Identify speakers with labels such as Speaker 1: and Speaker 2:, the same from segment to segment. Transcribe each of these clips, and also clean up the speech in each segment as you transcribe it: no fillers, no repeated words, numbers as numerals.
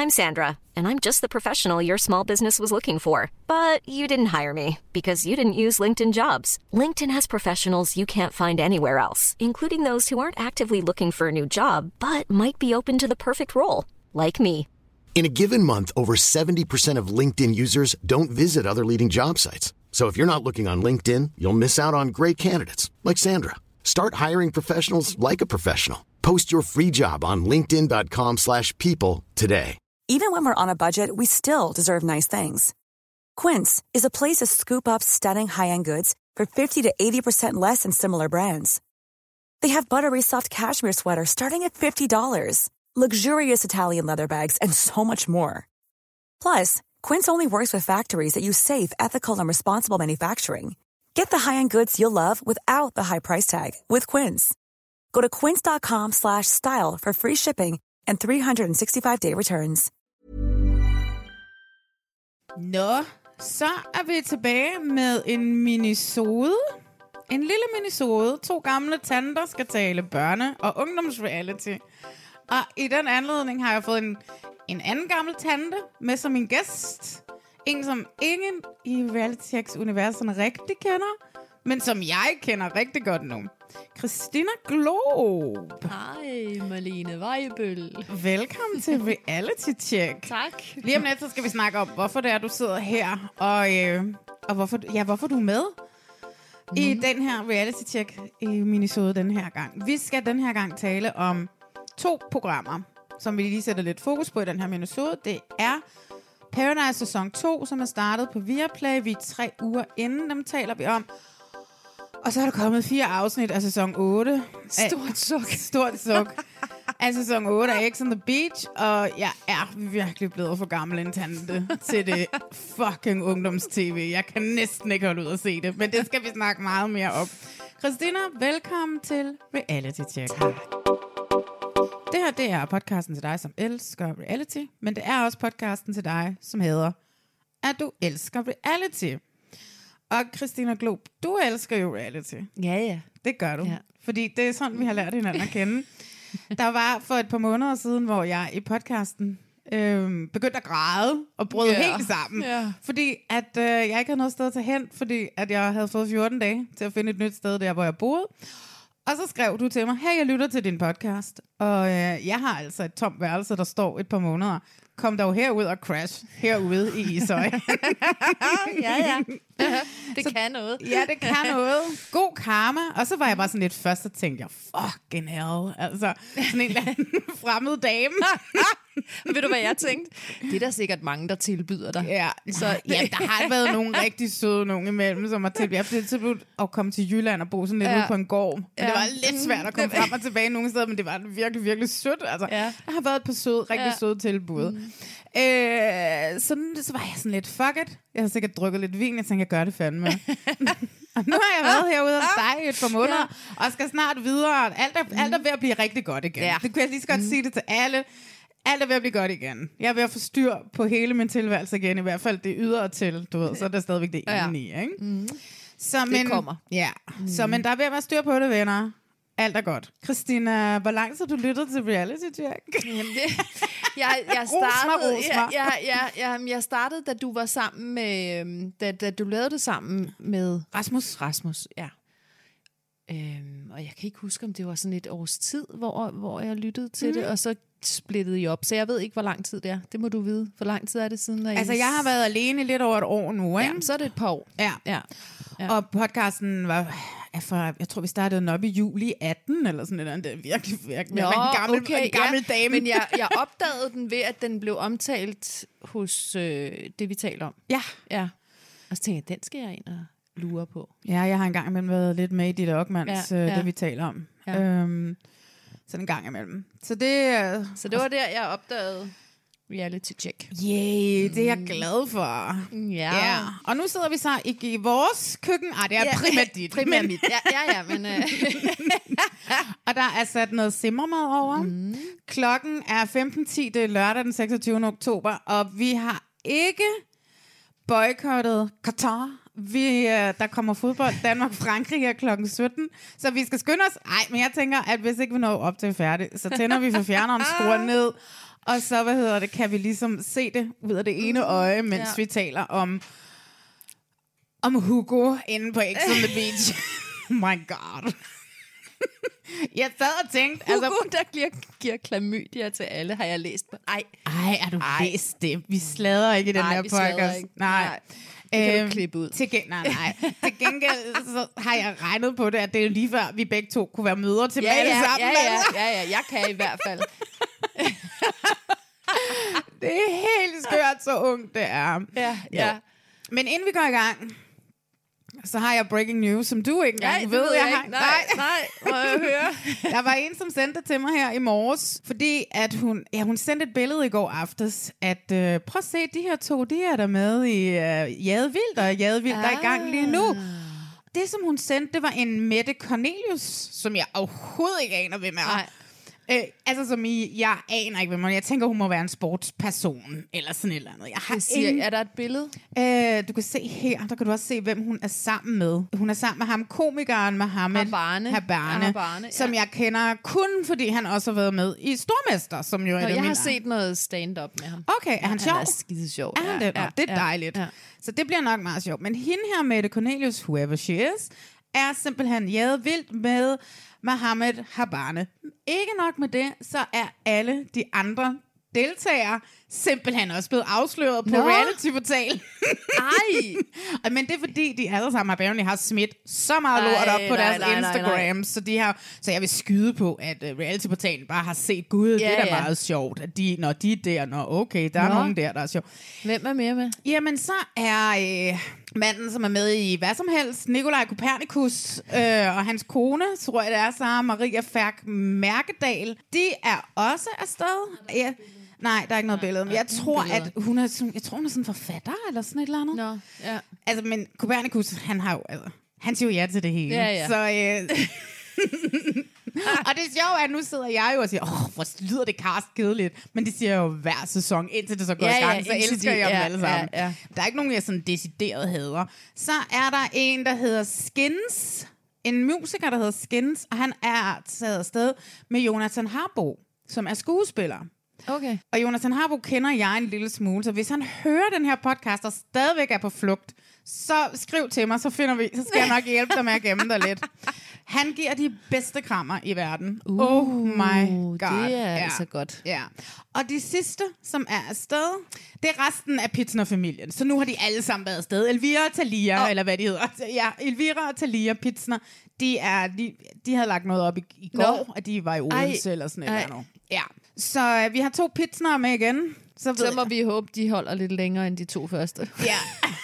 Speaker 1: I'm Sandra, and I'm just the professional your small business was looking for. But you didn't hire me because you didn't use LinkedIn Jobs. LinkedIn has professionals you can't find anywhere else, including those who aren't actively looking for a new job, but might be open to the perfect role, like me.
Speaker 2: In a given month, over 70% of LinkedIn users don't visit other leading job sites. So if you're not looking on LinkedIn, you'll miss out on great candidates like Sandra. Start hiring professionals like a professional. Post your free job on linkedin.com/people today.
Speaker 3: Even when we're on a budget, we still deserve nice things. Quince is a place to scoop up stunning high-end goods for 50 to 80% less than similar brands. They have buttery soft cashmere sweaters starting at $50, luxurious Italian leather bags, and so much more. Plus, Quince only works with factories that use safe, ethical, and responsible manufacturing. Get the high-end goods you'll love without the high price tag with Quince. Go to quince.com/style for free shipping and 365-day returns.
Speaker 4: Nå, så er vi tilbage med en minisode. En lille minisode. 2 gamle tanter skal tale børne- og ungdomsreality. Og i den anledning har jeg fået en anden gammel tante med som min gæst. En, som ingen i reality-universet rigtig kender, men som jeg kender rigtig godt nu. Christina Glob.
Speaker 5: Hej, Marlene Weibøl.
Speaker 4: Velkommen til Reality Check.
Speaker 5: Tak.
Speaker 4: Lige om lidt, så skal vi snakke om, hvorfor det er, du sidder her, og hvorfor du er med i den her Reality Check i minisode den her gang. Vi skal den her gang tale om 2 programmer, som vi lige sætter lidt fokus på i den her minisode. Det er Paradise sæson 2, som er startet på Viaplay. Vi er 3 uger inden, dem taler vi om. Og så er der kommet 4 afsnit af sæson 8. Stort suk. Af sæson 8 af X on the Beach. Og jeg er virkelig blevet for gammel en tante til det fucking ungdoms-tv. Jeg kan næsten ikke holde ud at se det. Men det skal vi snakke meget mere om. Christina, velkommen til Reality Check.
Speaker 5: Tak.
Speaker 4: Det her, det er podcasten til dig, som elsker reality. Men det er også podcasten til dig, som hedder, at du elsker reality. Og Christina Glob, du elsker jo reality.
Speaker 5: Ja.
Speaker 4: Det gør du.
Speaker 5: Ja.
Speaker 4: Fordi det er sådan, vi har lært hinanden at kende. Der var for et par måneder siden, hvor jeg i podcasten begyndte at græde og brød helt sammen. Fordi at jeg ikke havde noget sted at tage hen, fordi at jeg havde fået 14 dage til at finde et nyt sted der, hvor jeg boede. Og så skrev du til mig, hey, jeg lytter til din podcast. Og jeg har altså et tomt værelse, der står et par måneder. Kom dog herud og crash herude i Ishøj.
Speaker 5: Ja. Det kan noget.
Speaker 4: Ja, det kan noget. God karma. Og så var jeg bare sådan lidt først, så tænkte jeg, fucking hell. Altså, sådan en eller anden fremmed dame.
Speaker 5: Ved du, hvad jeg tænkte? Det er der sikkert mange, der tilbyder dig.
Speaker 4: Ja, så, ja, der har været nogle rigtig søde nogen imellem, som har tilbudt. Jeg blev tilbudt at komme til Jylland og bo sådan lidt ude på en gård. Men det var lidt svært at komme frem og tilbage nogle steder, men det var virkelig, virkelig sødt. Altså, der har været et par rigtig søde tilbud. Så var jeg sådan lidt, fuck it. Jeg har sikkert drukket lidt vin, jeg tænkte, jeg gør det fandme. Og nu har jeg været herude hos dig i et par måneder, og skal snart videre. Alt er ved at blive rigtig godt igen. Ja. Det kunne jeg lige så godt sige det til alle. Alt er ved at blive godt igen. Jeg er ved at få styr på hele min tilværelse igen, i hvert fald det ydre til, du ved, så er der stadigvæk det ene i, ikke? Så, men,
Speaker 5: det kommer.
Speaker 4: Ja, så men der er ved at være styr på det, venner. Alt er godt. Christina, hvor langt har du lyttet til Reality Check?
Speaker 5: Jamen jeg startede, da du var sammen med, da du lavede det sammen med Rasmus, ja. Og jeg kan ikke huske, om det var sådan et års tid, hvor jeg lyttede til det, og så splittede I op. Så jeg ved ikke, hvor lang tid det er. Det må du vide. Hvor lang tid er det siden?
Speaker 4: Altså, jeg har været alene lidt over et år nu, ikke?
Speaker 5: Ja, så er det et par år.
Speaker 4: Ja. Og podcasten var fra, jeg tror, vi startede den op i juli 18, eller sådan noget. Det er virkelig en gammel dame.
Speaker 5: Men jeg opdagede den ved, at den blev omtalt hos det, vi taler om. Ja. Og så tænkte jeg, den skal jeg ind og lure på.
Speaker 4: Ja, jeg har engang imellem været lidt med i Ditte Okmans, det vi taler om. Ja. Sådan en gang imellem. Så det
Speaker 5: var der, jeg opdagede Reality Check.
Speaker 4: Yay, det er jeg glad for.
Speaker 5: Ja.
Speaker 4: Og nu sidder vi så i vores køkken. Det er primært dit.
Speaker 5: Primært mit. Ja, men...
Speaker 4: Og der er sat noget simmermad over. Klokken er 15:10, det er lørdag den 26. oktober, og vi har ikke boykottet Qatar. Der kommer fodbold Danmark-Frankrig her klokken 17, så vi skal skynde os. Men jeg tænker, at hvis ikke vi når op til færdigt, så tænder vi for fjerneren, skruer ned, Og så, kan vi ligesom se det ud af det ene øje, mens vi taler om Hugo inde på X on the Beach. Oh my god. Jeg sad og tænkte...
Speaker 5: Hugo, der giver klamydia til alle, har jeg læst på. Ej,
Speaker 4: er du læst det? Vi slader ikke i den her podcast. Nej.
Speaker 5: Det kan du klippe ud.
Speaker 4: Til gengæld så har jeg regnet på det, at det er lige før, vi begge to kunne være mødre til sammen.
Speaker 5: Ja, jeg kan i hvert fald.
Speaker 4: Det er helt skørt, så ungt det er.
Speaker 5: Ja.
Speaker 4: Men inden vi går i gang, så har jeg breaking news, som du ikke engang ved, jeg har.
Speaker 5: Nej, må jeg høre.
Speaker 4: Der var en, som sendte det til mig her i morges, fordi at hun sendte et billede i går aftes, at prøv at se, de her to, de er der med i Jadevildt, og Jadevildt der er i gang lige nu. Det, som hun sendte, det var en Mette Cornelius, som jeg overhovedet ikke aner, hvem er.
Speaker 5: Nej.
Speaker 4: Som jeg aner ikke, hvem er. Jeg tænker, hun må være en sportsperson, eller sådan et eller andet.
Speaker 5: Er der et billede?
Speaker 4: Du kan se her, der kan du også se, hvem hun er sammen med. Hun er sammen med ham, komikeren Mohammed Habane, som jeg kender kun, fordi han også har været med i Stormester, som jo er det.
Speaker 5: Jeg har set noget stand-up med ham.
Speaker 4: Okay, er han sjov?
Speaker 5: Han er skide sjov.
Speaker 4: Er han det? Det er dejligt. Ja. Så det bliver nok meget sjovt. Men hende her, Mette Cornelius, whoever she is, er simpelthen jadevildt med Mohammed Habane. Ikke nok med det, så er alle de andre deltagere simpelthen også blevet afsløret på reality-portalen.
Speaker 5: Ej!
Speaker 4: Men det er fordi, de alle sammen har smidt så meget lort op på deres Instagram, så jeg vil skyde på, at reality-portalen bare har set, gud, det er da meget sjovt, at de er der, okay, der er nogen der er sjovt.
Speaker 5: Hvem er mere med?
Speaker 4: Jamen, så er manden, som er med i hvad som helst, Nikolaj Kopernikus, og hans kone, tror jeg det er, så Maria Færk Mærkedal, de er også afsted. Ja. Nej, der er ikke noget billede. Men jeg tror, at hun er sådan en forfatter, eller sådan et eller andet.
Speaker 5: Nå, ja.
Speaker 4: Altså, men Kopernikus, han siger jo ja til det hele.
Speaker 5: Ja.
Speaker 4: Så, og det er sjovt, at nu sidder jeg jo og siger, hvor lyder det cast kedeligt. Men det siger jo hver sæson, indtil det så går i gang, så elsker jeg dem alle sammen. Ja. Der er ikke nogen, jeg sådan decideret hader. Så er der en, der hedder Skins. En musiker, der hedder Skins, og han er taget afsted med Jonathan Harbo, som er skuespiller.
Speaker 5: Okay.
Speaker 4: Og Jonathan Harbo kender jeg en lille smule, så hvis han hører den her podcast og stadigvæk er på flugt, så skriv til mig, så skal jeg nok hjælpe dig med at gemme dig lidt. Han giver de bedste krammer i verden. Oh my god.
Speaker 5: Det er altså godt.
Speaker 4: Ja. Og de sidste, som er afsted, det er resten af Pitsner-familien. Så nu har de alle sammen været afsted. Elvira og Thalia, eller hvad de hedder. Ja, Elvira og Thalia Pitsner, de havde lagt noget op i går, at de var i Odense eller sådan et eller andet. Ja. Så vi har 2 Pitsner med igen.
Speaker 5: Så må vi håbe, de holder lidt længere end de 2 første.
Speaker 4: Ja.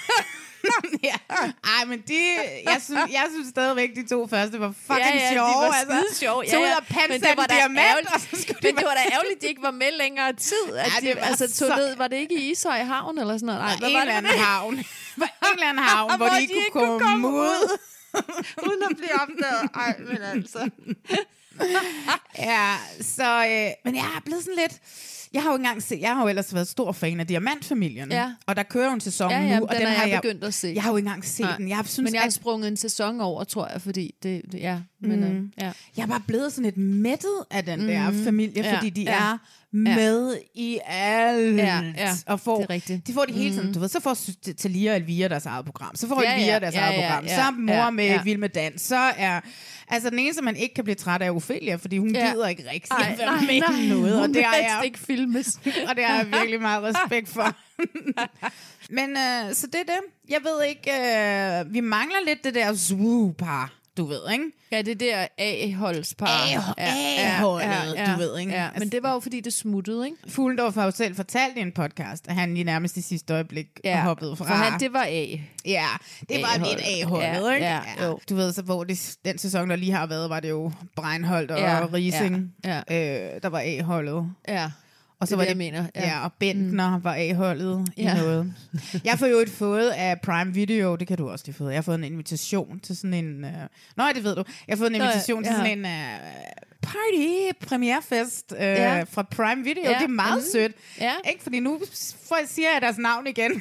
Speaker 4: Ej, men jeg synes stadigvæk, de 2 første var fucking sjove.
Speaker 5: De var skide sjove.
Speaker 4: Tog ud og pansatte diamant, og så skulle
Speaker 5: men det var da ærgerligt, at de ikke var med længere tid. Tog ned, var det ikke i Ishøj Havn eller sådan noget? Nej,
Speaker 4: en eller anden havn. En eller anden havn, hvor de ikke kunne komme ud.
Speaker 5: Uden at blive opdaget. Ej, men altså.
Speaker 4: Ja, så... men jeg er blevet sådan lidt... Jeg har jo ellers været stor fan af Diamantfamilien, og der kører jo en sæson nu, og den har jeg begyndt at se. Jeg har jo ikke engang set den.
Speaker 5: Men jeg har sprunget en sæson over, tror jeg, fordi det
Speaker 4: Jeg er bare blevet sådan lidt mættet af den der familie, fordi de er med i alt. Og får,
Speaker 5: det er rigtigt.
Speaker 4: De får det hele tiden. Du ved, så får Thalia og Elvira deres eget program. Så får Elvira deres eget program. Så er mor med Vild med Dans. Så er... Altså, den eneste, man ikke kan blive træt af, Ophelia, fordi hun gider ikke rigtig at være med i noget. Og det er jeg
Speaker 5: ikke filmes.
Speaker 4: Og det har jeg virkelig meget respekt for. Men så det er det. Jeg ved ikke, vi mangler lidt det der Zoo-par, du ved, ikke?
Speaker 5: Ja, det der A-holdspar.
Speaker 4: A-holdet, du ved, ikke?
Speaker 5: Ja, men det var jo, fordi det smuttede, ikke?
Speaker 4: Fuglendorf har jo selv fortalt i en podcast, at han i nærmest i sidste øjeblik hoppede fra.
Speaker 5: For han, det var A.
Speaker 4: Ja, det var lidt A-holdet, ikke?
Speaker 5: Ja.
Speaker 4: Du ved, så hvor den sæson, der lige har været, var det jo Breinholt og Riesing, der var A-holdet.
Speaker 5: Ja.
Speaker 4: Og så var det, jeg mener. Ja, og Bentner var A-holdet i noget. Jeg har jo fået af Prime Video, det kan du også lige få. Jeg har fået en invitation til sådan en... det ved du. Jeg har fået en invitation til sådan en premierefest fra Prime Video. Det er meget sødt. Ja. Ikke? Fordi nu siger jeg deres navn igen.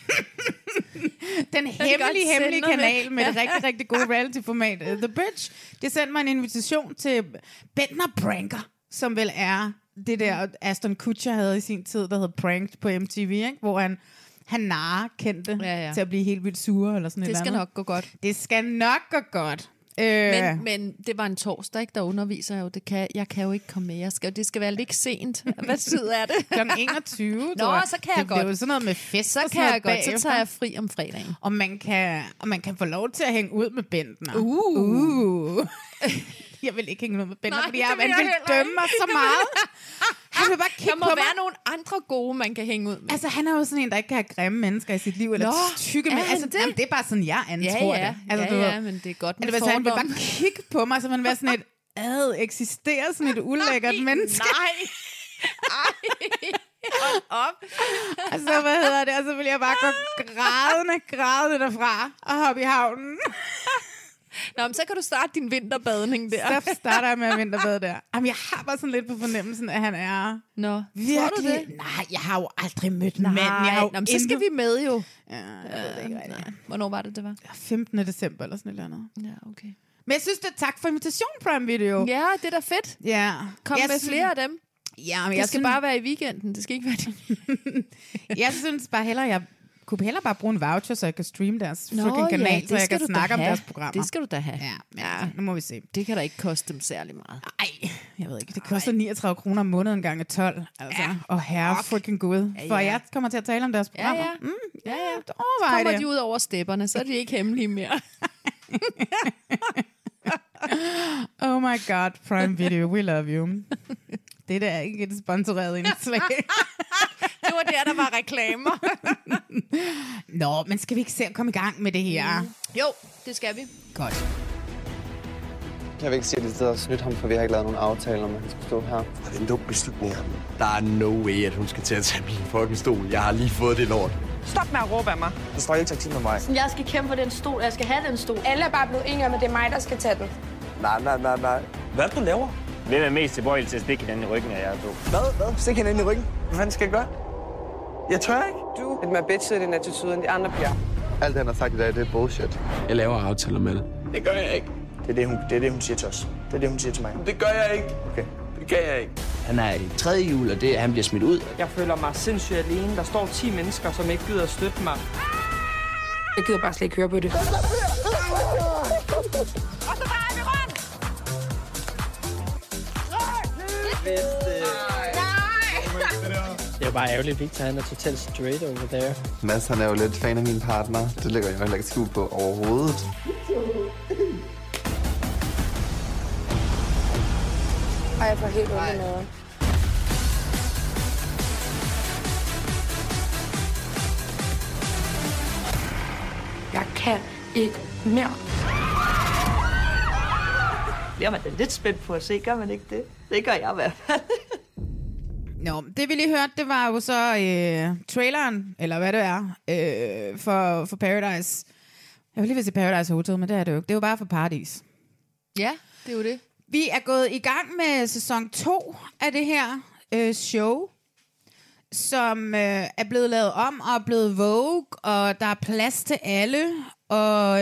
Speaker 4: Den hemmelige kanal med det rigtig, rigtig gode reality-format, The Bridge. Det sendte mig en invitation til Bentner Pranker, som vel er det der Aston Kutcher havde i sin tid, der hed Pranked på MTV, ikke? Hvor han narrer kendte til at blive helt vildt sure eller sådan
Speaker 5: det
Speaker 4: et eller andet.
Speaker 5: Det skal nok gå godt.
Speaker 4: Det skal nok gå godt.
Speaker 5: Men det var en torsdag, ikke? Der underviser jeg jo. Jeg kan jo ikke komme med. Det skal være lidt sent. Hvad tid er det?
Speaker 4: Kl. 21.
Speaker 5: Nå, så kan jeg godt.
Speaker 4: Det er jo sådan noget med fest.
Speaker 5: Så kan jeg godt. Så tager jeg fri om fredagen.
Speaker 4: Og man kan få lov til at hænge ud med Bentner. Jeg vil ikke hænge ud med Bentner, fordi han vil dømme mig så meget. Han vil bare kigge på mig.
Speaker 5: Der må være nogle andre gode, man kan hænge ud med.
Speaker 4: Altså, han er jo sådan en, der ikke kan have grimme mennesker i sit liv, eller tykke mennesker. Altså, det er bare sådan, jeg antror det.
Speaker 5: Altså, men det er godt med
Speaker 4: fordom. Han vil bare kigge på mig, så man vil være sådan et, eksisterer sådan et ulækkert menneske.
Speaker 5: Nej. Hold op.
Speaker 4: Og så, og så vil jeg bare gå grædende derfra og hoppe i havnen.
Speaker 5: Nå, men så kan du starte din vinterbadning der.
Speaker 4: Så starter jeg med at vinterbade der. Jamen, jeg har bare sådan lidt på fornemmelsen, at han er virkelig...
Speaker 5: det?
Speaker 4: Nej, jeg har jo aldrig mødt en mand.
Speaker 5: Men så skal vi med jo.
Speaker 4: Ja, jeg ved det ikke rigtigt.
Speaker 5: Hvornår var det var?
Speaker 4: 15. december eller sådan et eller andet.
Speaker 5: Ja, okay.
Speaker 4: Men jeg synes, det er tak for invitation, Prime Video.
Speaker 5: Ja, det er da fedt.
Speaker 4: Ja.
Speaker 5: Kom med flere af dem.
Speaker 4: Ja, men
Speaker 5: det skal bare være i weekenden. Det skal ikke være det.
Speaker 4: Jeg synes bare hellere, jeg kunne hellere bare bruge en voucher, så jeg kan streame deres freaking kanal, så jeg kan snakke om deres programmer.
Speaker 5: Det skal du da have.
Speaker 4: Ja, nu må vi se.
Speaker 5: Det kan da ikke koste dem særlig meget.
Speaker 4: Nej, jeg ved ikke. Det koster 39 kroner om måneden gange 12. Altså, og herre freaking gud. For jeg kommer til at tale om deres programmer.
Speaker 5: Ja.
Speaker 4: Kommer
Speaker 5: de ud over stepperne, så er de ikke hemmelige mere.
Speaker 4: Oh my god, Prime Video, we love you. Det der er ikke et sponsoreret indslag.
Speaker 5: Det var der var reklamer.
Speaker 4: Nå, men skal vi ikke se at komme i gang med det her?
Speaker 5: Jo, det skal vi.
Speaker 4: Godt.
Speaker 6: Jeg vil ikke sige, at de sidder og snydt ham, for vi har ikke lavet nogen aftale om, at han skal stå her.
Speaker 7: Det er en dum beslutning. Der er no way, at hun skal til at tage min fucking stol. Jeg har lige fået det lort.
Speaker 8: Stop med at råbe af mig.
Speaker 6: Du står ikke taktik med mig.
Speaker 9: Jeg skal kæmpe for den stol. Jeg skal have den stol.
Speaker 8: Alle er bare blevet enige om, at det er mig, der skal tage den.
Speaker 6: Nej.
Speaker 7: Hvad er det, du laver?
Speaker 10: Hvem er mest tilbøjelig til at stikke hinanden i ryggen af jer to?
Speaker 6: Hvad? Stik hinanden i ryggen? Hvad fanden skal jeg gøre? Jeg tør ikke.
Speaker 8: Du er lidt mere bitchet i din attitude end de andre piger.
Speaker 6: Alt det, han har sagt i dag, det er bullshit.
Speaker 7: Jeg laver aftaler med det. Det gør jeg ikke.
Speaker 6: Det er det, hun siger til os. Det er det, hun siger til mig.
Speaker 7: Det gør jeg ikke.
Speaker 6: Okay.
Speaker 7: Det kan jeg ikke. Han er i tredje jul, og han bliver smidt ud.
Speaker 8: Jeg føler mig sindssygt alene. Der står 10 mennesker, som ikke gider at støtte mig. Jeg gider bare slet ikke høre på det.
Speaker 10: Det er bare ærgerligt, Victor, han er totalt straight over there.
Speaker 6: Mads, han er jo lidt fan af min partner. Det lægger jeg jo heller ikke skue på overhovedet.
Speaker 8: Og jeg får helt ondt i maven. Jeg kan ikke mere.
Speaker 11: Bliver man da lidt spændt på at se, gør man ikke det? Det gør jeg i hvert fald.
Speaker 4: Nå, det vi lige hørte, det var jo så traileren, eller hvad det er, for Paradise. Jeg vil lige vil sige Paradise Hotel, men det er det jo ikke. Det er jo bare for Paradis.
Speaker 5: Ja, det er jo det.
Speaker 4: Vi er gået i gang med sæson 2 af det her show, som er blevet lavet om og er blevet Vogue, og der er plads til alle, og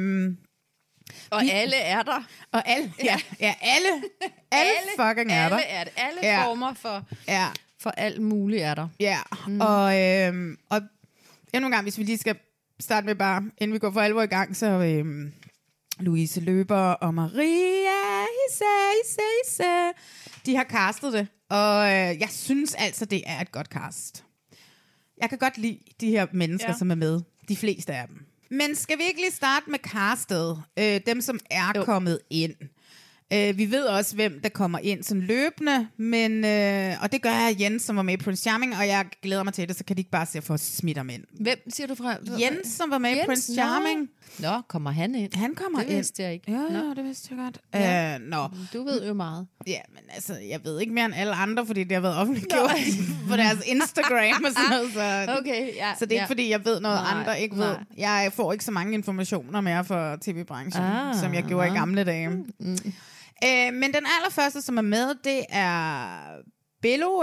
Speaker 5: alle er der.
Speaker 4: Og alle, alle fucking er der.
Speaker 5: Alle er det. Alle former for alt muligt er der.
Speaker 4: Ja, og endnu en gang, hvis vi lige skal starte med bare, inden vi går for alvor i gang, så Louise Løber og Maria Isse, de har castet det, og jeg synes altså, det er et godt cast. Jeg kan godt lide de her mennesker, som er med. De fleste af dem. Men skal vi ikke lige starte med castet? Dem, som er kommet ind. Vi ved også, hvem der kommer ind sådan løbende, men, og det gør jeg Jens, som var med i Prince Charming, og jeg glæder mig til det, så kan de ikke bare se for at smitte ham ind.
Speaker 5: Hvem siger du fra?
Speaker 4: Jens, som var med i Prince Charming.
Speaker 5: Nå, kommer han ind?
Speaker 4: Han kommer ind.
Speaker 5: Det vidste jeg ikke.
Speaker 4: Ja, det vidste jeg godt.
Speaker 5: Ja. Du ved jo meget.
Speaker 4: Ja, men altså, jeg ved ikke mere end alle andre, fordi det har været offentliggjort på deres Instagram og sådan noget. Så,
Speaker 5: okay, ja,
Speaker 4: så det er ikke, fordi jeg ved noget, andre ikke ved. Jeg får ikke så mange informationer mere for tv-branchen, som jeg gjorde i gamle dage. Men den allerførste, som er med, det er Bello.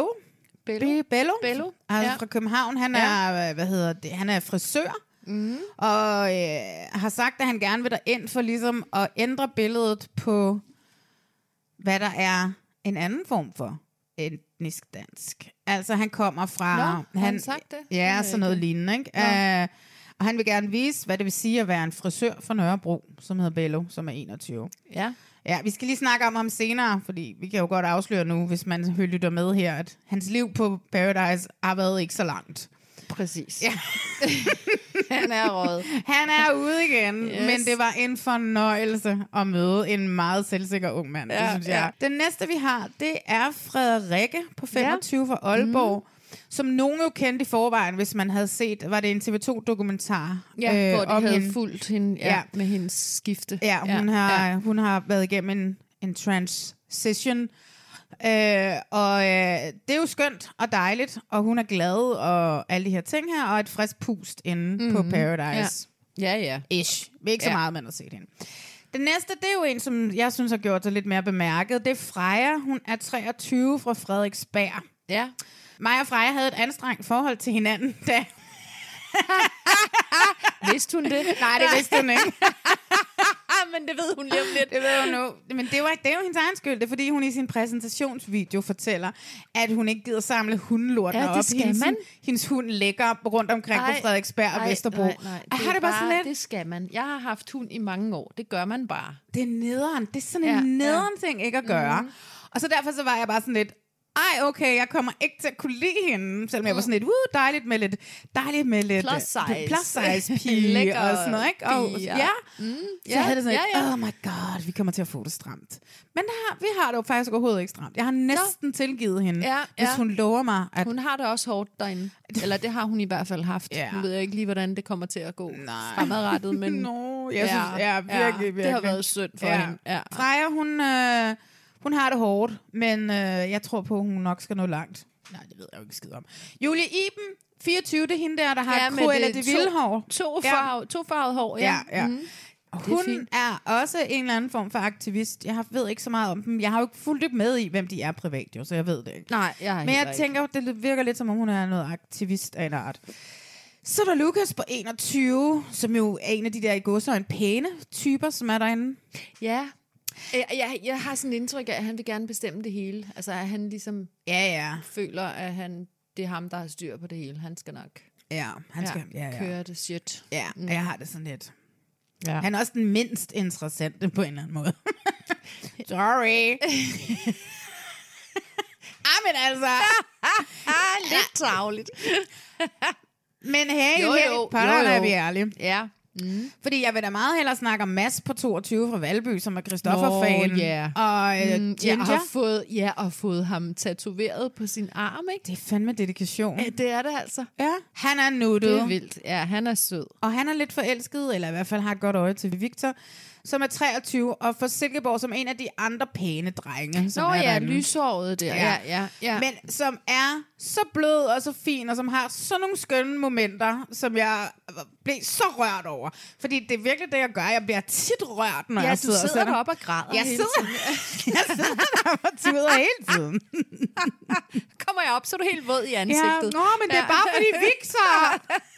Speaker 4: Altså fra København. Han er, han er frisør. Og har sagt, at han gerne vil derind for ligesom at ændre billedet på, hvad der er en anden form for etnisk dansk. Altså, han kommer fra...
Speaker 5: Nå, han sagt det?
Speaker 4: Ja, sådan noget lignende, ikke? Og han vil gerne vise, hvad det vil sige at være en frisør fra Nørrebro, som hedder Bello, som er 21.
Speaker 5: Ja.
Speaker 4: Ja, vi skal lige snakke om ham senere, fordi vi kan jo godt afsløre nu, hvis man lytter med her, at hans liv på Paradise har været ikke så langt.
Speaker 5: Præcis.
Speaker 4: Ja.
Speaker 5: Han er røget.
Speaker 4: Han er ude igen, men det var en fornøjelse at møde en meget selvsikker ung mand, det synes jeg. Den næste, vi har, det er Frederikke på 25 fra Aalborg, som nogen jo kendte i forvejen, hvis man havde set, var det en TV2-dokumentar.
Speaker 5: Ja, hvor de havde
Speaker 4: hende.
Speaker 5: fulgt hende med hendes skifte.
Speaker 4: Ja, hun har været igennem en transition. Det er jo skønt og dejligt, og hun er glad og alle de her ting her, og et frisk pust inde på Paradise.
Speaker 5: Ja.
Speaker 4: Ish. Vi er ikke så meget, man har set hende. Den næste, det er jo en, som jeg synes har gjort sig lidt mere bemærket. Det er Freja. Hun er 23 fra Frederiksberg.
Speaker 5: Ja.
Speaker 4: Mig og Freja havde et anstrengt forhold til hinanden, da...
Speaker 5: Vidste hun det?
Speaker 4: Nej, det vidste hun ikke.
Speaker 5: Men det ved hun lige om lidt.
Speaker 4: Det ved hun nu. Men det er jo hendes egen skyld. Det er, fordi hun i sin præsentationsvideo fortæller, at hun ikke gider samle hundelortene op. Hendes hund ligger rundt omkring på Frederiksberg og Vesterbro.
Speaker 5: Det skal man. Jeg har haft hund i mange år. Det gør man bare.
Speaker 4: Det er nederen. Det er sådan en nederen ting ikke at gøre. Og så derfor så var jeg bare sådan lidt, okay, jeg kommer ikke til at kunne lide hende, selvom jeg var sådan lidt, dejligt med lidt plus size pige og sådan noget, ikke? Og, så havde det sådan lidt, oh my god, vi kommer til at få det stramt. Men vi har det jo faktisk overhovedet ikke stramt. Jeg har næsten tilgivet hende, hvis hun lover mig, at...
Speaker 5: Hun har det også hårdt derinde. Eller det har hun i hvert fald haft. Nu ved jeg ikke lige, hvordan det kommer til at gå fremadrettet, men...
Speaker 4: jeg synes, virkelig.
Speaker 5: Det har været synd for hende. Ja.
Speaker 4: Freja, hun har det hårdt, men jeg tror på, at hun nok skal nå langt. Nej, det ved jeg jo ikke skid om. Julie Iben, 24, det er hende der har Cruella de Vil hår.
Speaker 5: To-farvet hår, ja.
Speaker 4: Hun er også en eller anden form for aktivist. Jeg ved ikke så meget om dem. Jeg har jo ikke fulgt med i, hvem de er privat, jo, så jeg ved det ikke.
Speaker 5: Nej,
Speaker 4: men jeg tænker, det virker lidt som om, hun er noget aktivist af en art. Så er der Lukas på 21, som jo er en af de der i gåseøjne pæne typer, som er derinde.
Speaker 5: Ja. Jeg har sådan et indtryk af, at han vil gerne bestemme det hele. Altså, at han ligesom føler, at det er ham, der har styr på det hele. Han skal nok
Speaker 4: han skal
Speaker 5: køre det shit.
Speaker 4: Ja, jeg har det sådan lidt. Ja. Han er også den mindst interessante på en eller anden måde. Sorry. Men altså...
Speaker 5: lidt travligt.
Speaker 4: Men hey, potterne er vi ærlige.
Speaker 5: Ja.
Speaker 4: Fordi jeg vil da meget hellere snakke om Mads på 22 fra Valby, som er Christoffer-fan. Og Ginger.
Speaker 5: Jeg har fået ham tatoveret på sin arm, ikke?
Speaker 4: Det er fandme dedikation.
Speaker 5: Ja, det er det altså.
Speaker 4: Ja, han er nuttet.
Speaker 5: Det er vildt. Ja, han er sød.
Speaker 4: Og han er lidt forelsket, eller i hvert fald har et godt øje til Victor, som er 23, og fra Silkeborg som en af de andre pæne drenge.
Speaker 5: Lyshåret der. Ja.
Speaker 4: Men som er så blød og så fin, og som har sådan nogle skønne momenter, som jeg blev så rørt over. Fordi det er virkelig det, jeg gør. Jeg bliver tit rørt, når jeg sidder.
Speaker 5: Du sidder deroppe og græder hele tiden.
Speaker 4: Jeg sidder deroppe og tuder hele tiden.
Speaker 5: Kommer jeg op, så er du helt våd i ansigtet.
Speaker 4: Ja, men det er bare fordi Victor.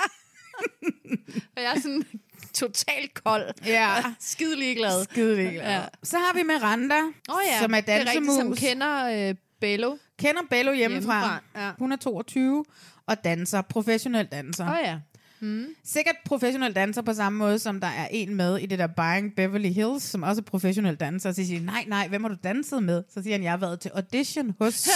Speaker 5: Og jeg er sådan... totalt kold.
Speaker 4: Ja.
Speaker 5: Skidelig glad.
Speaker 4: Ja. Så har vi Miranda, som er dansemus.
Speaker 5: Det er rigtigt, som kender Bello.
Speaker 4: Kender Bello hjemmefra. Ja. Hun er 22 og danser. Professionel danser. Sikkert professionel danser på samme måde, som der er en med i det der Buying Beverly Hills, som også er professionel danser. Så siger de, nej, hvem har du danset med? Så siger han, jeg har været til audition hos...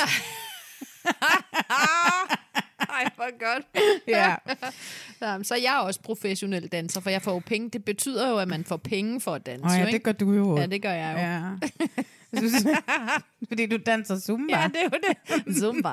Speaker 5: Ej, hvor godt. Så jeg er også professionel danser, for jeg får jo penge. Det betyder jo, at man får penge for at danse.
Speaker 4: Det gør du jo.
Speaker 5: Ja, det gør jeg jo.
Speaker 4: Ja. Fordi du danser Zumba.
Speaker 5: Ja, det er jo det. Zumba.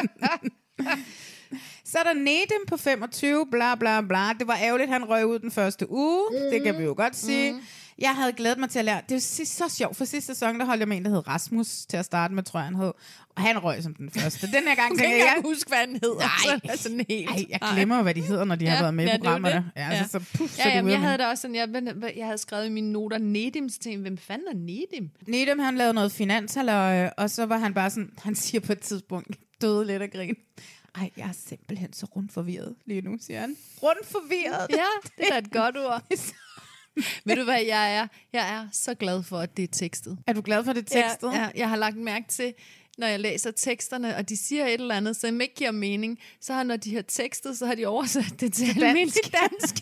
Speaker 4: Så er der Nedim på 25, bla bla bla. Det var ærgerligt, han røg ud den første uge. Det kan vi jo godt sige. Jeg havde glædet mig til at lære. Det er så sjovt. For sidste sæson, der holdt jeg med en, der hed Rasmus til at starte med, tror jeg, han hed. Og han røg som den første. Den her gang tænker jeg...
Speaker 5: huske, hvad han hedder.
Speaker 4: Nej, jeg glemmer, hvad de hedder, når de har været med i programmerne.
Speaker 5: Jeg havde da også sådan, jeg havde skrevet i mine noter Nedim, så tænkte jeg, hvem fanden er Nedim?
Speaker 4: Nedim, han lavede noget finanshalløj, og så var han bare sådan, han siger på et tidspunkt, døde lidt af grin. Ej, jeg er simpelthen så rundt forvirret lige nu, siger han. Rundt forvirret?
Speaker 5: Ja, det er et godt ord. Ved du hvad jeg er? Jeg er så glad for, at det er tekstet.
Speaker 4: Er du glad for, at det er tekstet?
Speaker 5: Ja, jeg har lagt mærke til, når jeg læser teksterne, og de siger et eller andet, som ikke giver mening, så har, når de har tekstet, så har de oversat det til almindelig dansk.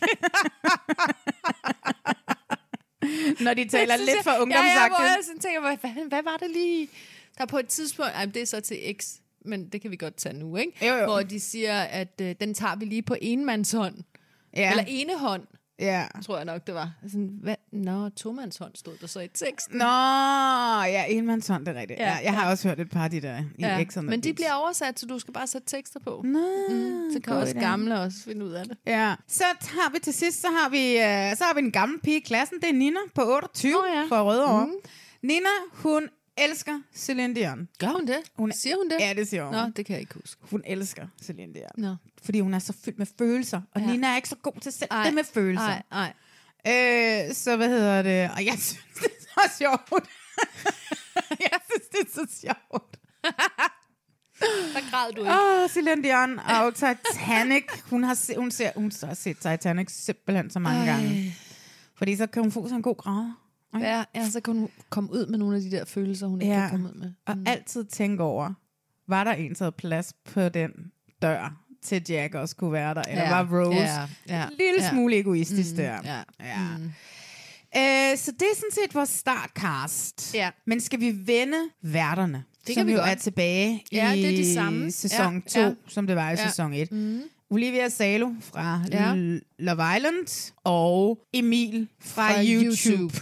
Speaker 4: Når de taler lidt for ungdomsagtigt.
Speaker 5: Ja, hvor jeg sådan tænker, hvad var det lige? Der på et tidspunkt, det er så til X, men det kan vi godt tage nu, ikke?
Speaker 4: Jo.
Speaker 5: Hvor de siger, at den tager vi lige på enmandshånd. Ja. Eller enehånd.
Speaker 4: Ja.
Speaker 5: Tror jeg nok, det var. Sådan, tomandshånd stod der så i teksten.
Speaker 4: Enmandshånd, det er rigtigt. Ja, jeg har også hørt et par af de der i X'erne.
Speaker 5: Men de bliver oversat, så du skal bare sætte tekster på.
Speaker 4: Så
Speaker 5: kan også gamle også finde ud af det.
Speaker 4: Ja. Så har vi til sidst, så har vi en gammel pige i klassen. Det er Nina på 28 fra Rødovre. Nina, hun elsker Celine Dion.
Speaker 5: Gør hun det? Siger hun det?
Speaker 4: Ja, det siger hun.
Speaker 5: Nå, det kan jeg ikke huske.
Speaker 4: Hun elsker Celine Dion.
Speaker 5: Nå.
Speaker 4: Fordi hun er så fyldt med følelser. Og Nina er ikke så god til at sætte det med følelser.
Speaker 5: Nej.
Speaker 4: Så hvad hedder det? Og jeg synes, det er så sjovt. Jeg synes, det er så sjovt.
Speaker 5: Der græd du ikke.
Speaker 4: Celine Dion og Titanic. Hun har set Titanic simpelthen så mange gange. Fordi så kan hun få sådan en god grad.
Speaker 5: Ja, så kan hun komme ud med nogle af de der følelser, hun ikke kan komme ud med.
Speaker 4: Og altid tænke over, var der en taget plads på den dør, til Jack også kunne være der? Eller var Rose en lille smule egoistisk der? Så det er sådan set vores startcast. Ja. Men skal vi vende værterne? Det som jo er tilbage i
Speaker 5: det er de samme.
Speaker 4: Sæson 2, som det var i sæson 1. Olivia Salo fra Love Island og Emil fra YouTube.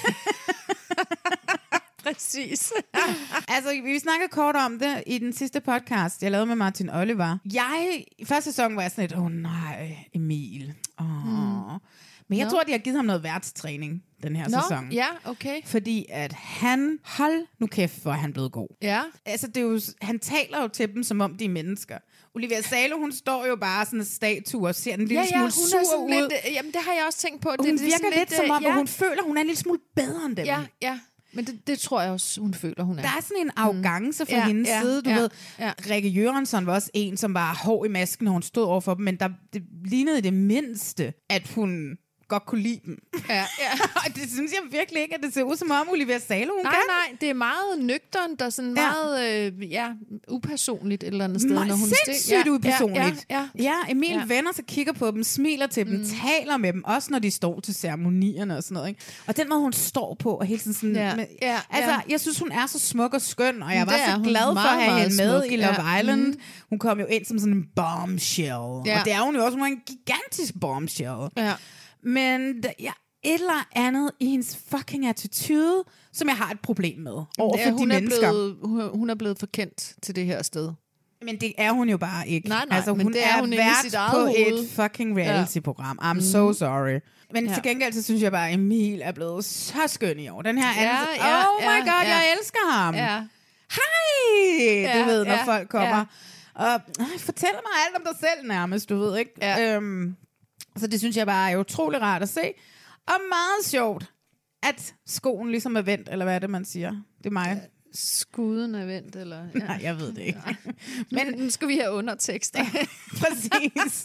Speaker 5: Præcis.
Speaker 4: Altså, vi snakkede kort om det i den sidste podcast, jeg lavede med Martin Oliver. I første sæson var jeg sådan lidt, nej, Emil. Men jeg tror, de har givet ham noget værtstræning den her sæson.
Speaker 5: Ja, okay.
Speaker 4: Fordi at han, hold nu kæft, hvor er han blevet god.
Speaker 5: Ja.
Speaker 4: Altså, det er jo, han taler jo til dem, som om de er mennesker. Olivia Salo, hun står jo bare sådan en statue og ser en lille smule sur ud.
Speaker 5: Lidt, jamen, det har jeg også tænkt på.
Speaker 4: Hun virker lidt som om, at hun føler, hun er en lille smule bedre end dem.
Speaker 5: Ja. Men det tror jeg også, hun føler, hun er.
Speaker 4: Der er sådan en arrogance fra hendes side. Du ved, Rikke Jørgensen var også en, som var hård i masken, når hun stod overfor dem, men det lignede i det mindste, at hun godt kunne lide dem. Og det synes jeg virkelig ikke, at det ser ud som om Olivia Salo, hun kan.
Speaker 5: Nej, det er meget nøgternt og sådan meget upersonligt et eller andet sted. Når hun
Speaker 4: sindssygt upersonligt. Ja, Emil vender sig, kigger på dem, smiler til dem, taler med dem, også når de står til ceremonierne og sådan noget. Ikke? Og den måde, hun står på, og hele tiden sådan... jeg synes, hun er så smuk og skøn, og jeg var så glad for at have hende med i Love Island. Hun kom jo ind som sådan en bombshell. Og det er hun jo også, hun er en gigantisk bombshell. Ja. Men et eller andet i hendes fucking attitude, som jeg har et problem med overfor de mennesker.
Speaker 5: Hun er blevet forkendt til det her sted.
Speaker 4: Men det er hun jo bare ikke.
Speaker 5: Nej,
Speaker 4: altså, hun
Speaker 5: det er hun
Speaker 4: vært på et fucking reality-program. I'm so sorry. Men til gengæld, så synes jeg bare, at Emil er blevet så skøn i år. Den her oh my god, jeg elsker ham. Ja. Hej! Du ved, når folk kommer. Og fortæl mig alt om dig selv nærmest, du ved, ikke? Ja. Så det synes jeg bare er utrolig rart at se. Og meget sjovt, at skoen ligesom er vendt, eller hvad er det, man siger? Det er mig.
Speaker 5: Skuden er vendt, eller... Ja.
Speaker 4: Nej, jeg ved det ikke.
Speaker 5: Men nu skal vi have undertekster.
Speaker 4: Præcis.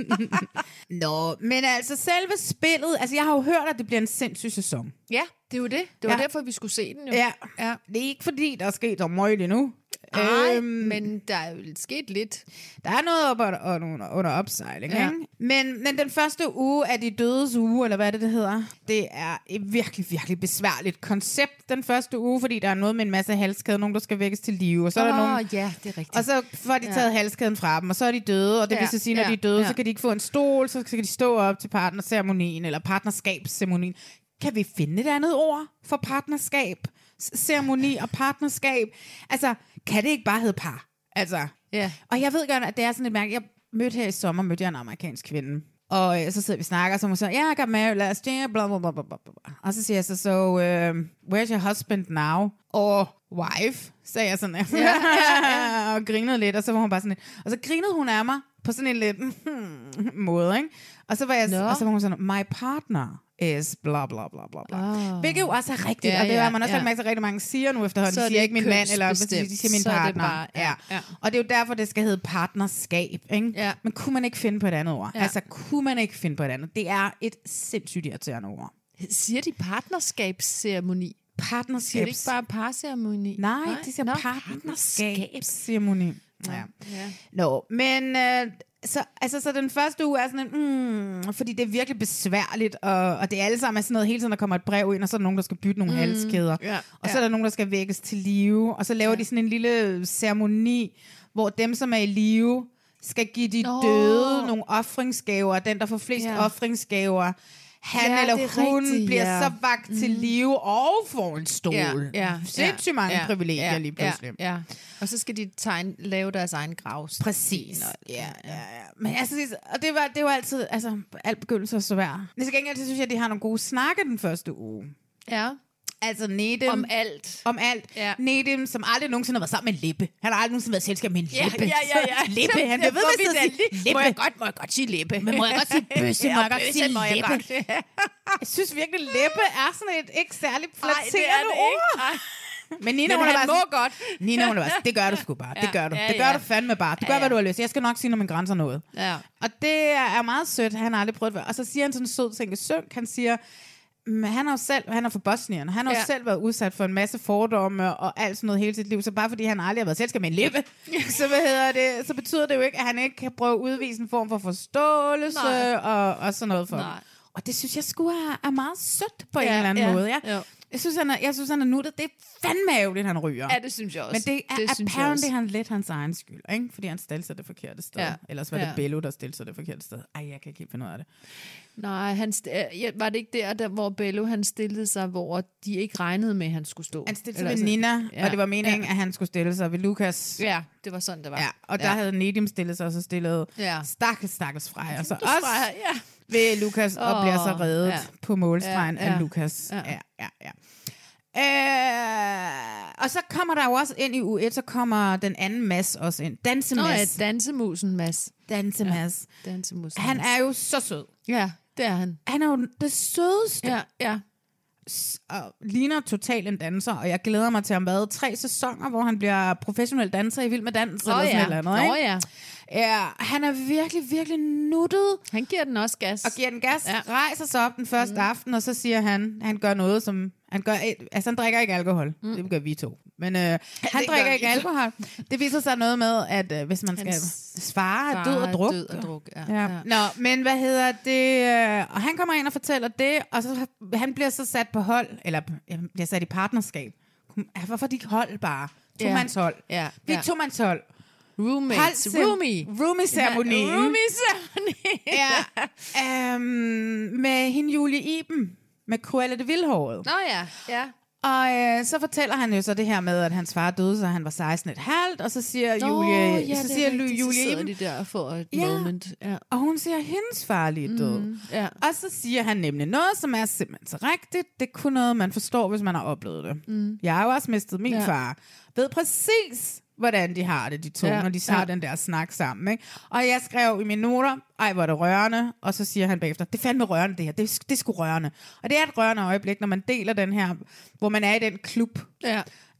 Speaker 4: Men altså selve spillet, altså jeg har jo hørt, at det bliver en sindssyg sæson.
Speaker 5: Ja, det er jo det. Det var derfor, vi skulle se den jo.
Speaker 4: Ja. Det er ikke fordi, der er sket så meget endnu.
Speaker 5: Nej, men der er jo sket lidt.
Speaker 4: Der er noget under opsejling, ikke? Men den første uge af de dødes uge, eller hvad det hedder, det er et virkelig, virkelig besværligt koncept den første uge, fordi der er noget med en masse halskæder, nogen der skal vækkes til live, og så er der nogen...
Speaker 5: Ja, det er rigtigt.
Speaker 4: Og så får de taget halskæden fra dem, og så er de døde, og det vil så sige, når de er døde, så kan de ikke få en stol, så kan de stå op til partnerceremonien, eller partnerskabsceremonien. Kan vi finde et andet ord for partnerskab, ceremoni og partnerskab? Altså, kan det ikke bare hedde par? Altså, og jeg ved godt, at det er sådan et mærke. Jeg mødte her i sommer, en amerikansk kvinde, og så sidder vi og snakker, og så hun siger, I got married last year, blah, blah, blah, blah, blah. Og så siger jeg så, where's your husband now? Or wife, sagde jeg sådan, og grinede lidt, og så var hun bare sådan lidt, og så grinede hun af mig, på sådan en lidt måde, ikke? Og så var hun sådan, my partner is bla bla bla bla bla. Hvilket jo også er rigtigt, og det er man også lagt mærke til, rigtig mange siger nu efterhånden. De siger ikke min mand, eller de siger min partner. Og det er jo derfor, det skal hedde partnerskab, ikke? Ja. Men kunne man ikke finde på et andet ord? Altså, kunne man ikke finde på et andet? Det er et sindssygt irriterende ord.
Speaker 5: Siger de partnerskabsceremoni?
Speaker 4: partnerships.
Speaker 5: Er det ikke bare parceremoni?
Speaker 4: Nej, de siger partnerskabsceremoni. Ja. Men så den første uge er sådan fordi det er virkelig besværligt, og det er alle sammen er sådan noget, hele tiden der kommer et brev ind, og så er der nogen, der skal bytte nogle halskæder, og så er der nogen, der skal vækkes til live, og så laver de sådan en lille ceremoni, hvor dem, som er i live, skal give de døde nogle ofringsgaver, den, der får flest ofringsgaver, han eller hun bliver så vagt til live og får en stol. Sindssygt mange privilegier lige pludselig.
Speaker 5: Ja. Og så skal de lave deres egen gravsten.
Speaker 4: Præcis. Ja. Men altså, og det var altid, altså, alt begyndelse er svært. Men til gengæld, så synes jeg, at de har nogle gode snakke den første uge.
Speaker 5: Ja.
Speaker 4: Altså Nedim. Om alt. Ja. Nedim, som aldrig nogensinde har været sammen med en Lippe. Han har aldrig nogensinde været selskab med en Lippe.
Speaker 5: Ja.
Speaker 4: Lippe, han ved, hvad det
Speaker 5: Lippe. Må jeg godt sige Lippe?
Speaker 4: Men må jeg godt sige bøsse? Må jeg godt sige Lippe? Jeg synes virkelig, Lippe er sådan et ikke særligt flatterende ord. Men Nina, hun er bare
Speaker 5: godt.
Speaker 4: Nina, hun er bare det gør du sgu bare. Det gør du. Det gør du fandme bare. Du gør, hvad du har lyst. Jeg skal nok sige, når min grænser noget.
Speaker 5: Ja.
Speaker 4: Og det er meget sødt. Han har aldrig prøvet det. Og så siger han sådan en sød ting i synk. Han siger, han er fra Bosnien. Han har jo selv været udsat for en masse fordomme og alt sådan noget hele sit liv. Så bare fordi han aldrig har været selskab med en Lippe, så betyder det jo ikke, at han ikke kan prøve at udvise en form for forståelse og sådan noget for ham. Og det synes jeg sgu er meget sødt på en eller anden måde. Ja. Jeg synes, han er nuttet. Det er fandme ærgerligt, han ryger.
Speaker 5: Ja, det synes jeg også.
Speaker 4: Men det er apparently han lidt hans egen skyld, ikke? Fordi han stillede sig det forkerte sted. Ja. Ellers var det Bello, der stillede sig det forkerte sted. Ej, jeg kan ikke finde ud af det.
Speaker 5: Nej, var det ikke der, hvor Bello han stillede sig, hvor de ikke regnede med, at han skulle stå?
Speaker 4: Han stillede sig ved Nina, og det var meningen, at han skulle stille sig ved Lukas.
Speaker 5: Ja, det var sådan, det var.
Speaker 4: Ja, og der havde Nedim stillet sig, og så stillede stakkels Freja. Så også ved Lukas, og bliver så reddet på målstregen af Lukas. Ja. Og så kommer der jo også ind i U1, så kommer den anden Mads også ind. Dansemas.
Speaker 5: Dansemusen Mads.
Speaker 4: Dansemas.
Speaker 5: Ja, Dansemusen
Speaker 4: han er jo så sød.
Speaker 5: Ja, det er han.
Speaker 4: Han er jo det sødeste.
Speaker 5: Ja.
Speaker 4: Og ligner totalt en danser, og jeg glæder mig til ham. Været 3 sæsoner, hvor han bliver professionel danser i Vild med Dans eller sådan eller andet, ikke? Ja, han er virkelig, virkelig nuttet.
Speaker 5: Han giver den også gas.
Speaker 4: Og giver den gas, rejser sig op den første aften, og så siger han gør noget, som... Han drikker ikke alkohol. Det gør vi to. Men han drikker ikke alkohol. Det viser sig noget med, at hvis man skal svare død og druk. Ja. Nå, men hvad hedder det? Og han kommer ind og fortæller det, og så han bliver så sat på hold, eller bliver sat i partnerskab. Hvorfor de ikke hold bare? Tomandshold.
Speaker 5: Ja.
Speaker 4: Vi er tomandshold.
Speaker 5: Roomie-ceremonien.
Speaker 4: Ja. Med hende Julie Iben. Med Cruella de Vildhåret.
Speaker 5: Nå ja.
Speaker 4: Og så fortæller han jo så det her med, at hans far døde, så han var 16,5, og så siger Julie...
Speaker 5: så sidder de der for et moment. Ja.
Speaker 4: Og hun siger, at hendes far lige død.
Speaker 5: Ja.
Speaker 4: Og så siger han nemlig noget, som er simpelthen så rigtigt. Det er kun noget, man forstår, hvis man har oplevet det. Jeg har jo også mistet min far. Ved præcis, hvordan de har det, de to, når de har den der snak sammen. Ikke? Og jeg skrev i mine noter, ej, hvor er det rørende, og så siger han bagefter, det er fandme rørende det her, det er sgu rørende. Og det er et rørende øjeblik, når man deler den her, hvor man er i den klub. Ja.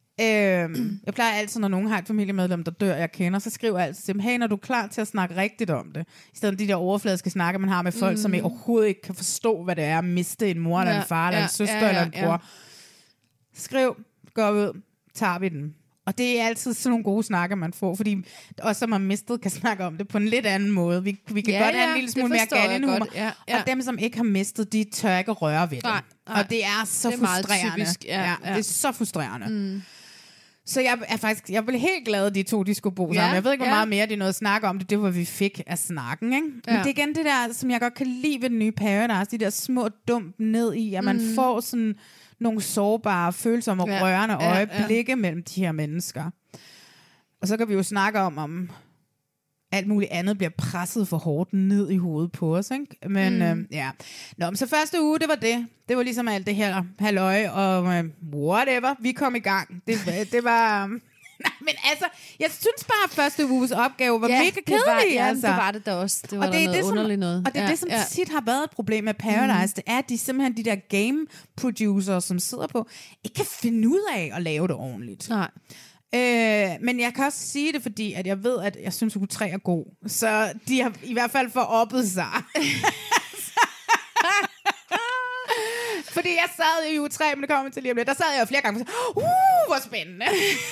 Speaker 4: Jeg plejer altid, når nogen har et familiemedlem, der dør, jeg kender, så skriver jeg altid til dem, hey, når du er klar til at snakke rigtigt om det, i stedet for de der overfladiske snakker, man har med folk, som overhovedet ikke kan forstå, hvad det er at miste en mor, eller en far, eller en søster, eller en bror. Skriv, gå ud, tager vi den. Og det er altid sådan nogle gode snakker, man får, fordi også som har mistet, kan snakke om det på en lidt anden måde. Vi kan godt have en lille smule mere galgenhumor. Og dem, som ikke har mistet, de tør ikke røre ved det. Nej. Og det er så frustrerende. Det er så frustrerende. Så jeg blev helt glad, at de to de skulle bo sammen. Jeg ved ikke, hvor meget mere de nåede at snakke om det. Det var, vi fik af snakken. Ikke? Men det er igen det der, som jeg godt kan lide ved den nye Paradise. De der små dump ned i, at man får sådan... nogle sårbare, følsomme og rørende øjeblikke mellem de her mennesker. Og så kan vi jo snakke om alt muligt andet bliver presset for hårdt ned i hovedet på os, ikke? Men Nå, men så første uge, det var det. Det var ligesom alt det her halløj og whatever. Vi kom i gang. Det var... Nej, men altså, jeg synes bare, at første uges opgave var mega kedelig.
Speaker 5: Altså. Det var det da også. Det var noget underligt noget.
Speaker 4: Og det er det, som tit har været et problem med Paradise. Det er, at de simpelthen de der game producers, som sidder på, ikke kan finde ud af at lave det ordentligt.
Speaker 5: Nej.
Speaker 4: Men jeg kan også sige det, fordi at jeg ved, at jeg synes, uge 3 er god. Så de har i hvert fald foroppet sig. Fordi Fordi jeg sad i uge 3, men det kommer til lige om lidt. Der sad jeg jo flere gange og så, hvor spændende.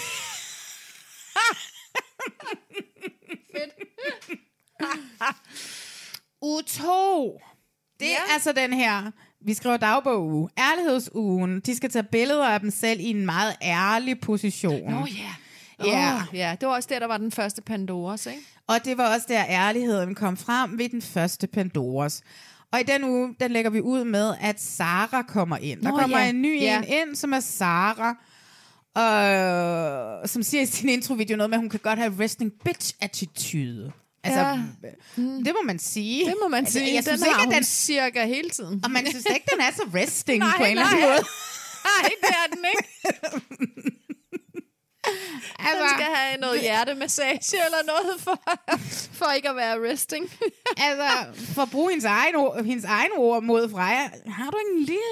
Speaker 5: Fedt.
Speaker 4: Uge 2. Det er altså den her, vi skriver dagbog-uge. Ærlighedsugen. De skal tage billeder af dem selv i en meget ærlig position.
Speaker 5: Nå ja. Ja, det var også der var den første Pandoras, ikke?
Speaker 4: Og det var også der, ærligheden kom frem ved den første Pandoras. Og i den uge, den lægger vi ud med, at Sara kommer ind. Der kommer en ny en ind, som er Sara, som siger i sin introvideo noget med, at hun kan godt have resting bitch-attitude. Altså, det må man sige.
Speaker 5: Det må man sige. Jeg synes den har hun cirka hele tiden.
Speaker 4: Og man synes ikke, den er så resting på en eller anden måde.
Speaker 5: Nej, det er den ikke. Altså, den skal have noget hjertemassage eller noget for ikke at være resting.
Speaker 4: Altså, for at bruge hendes egen ord mod Freja, har du en lille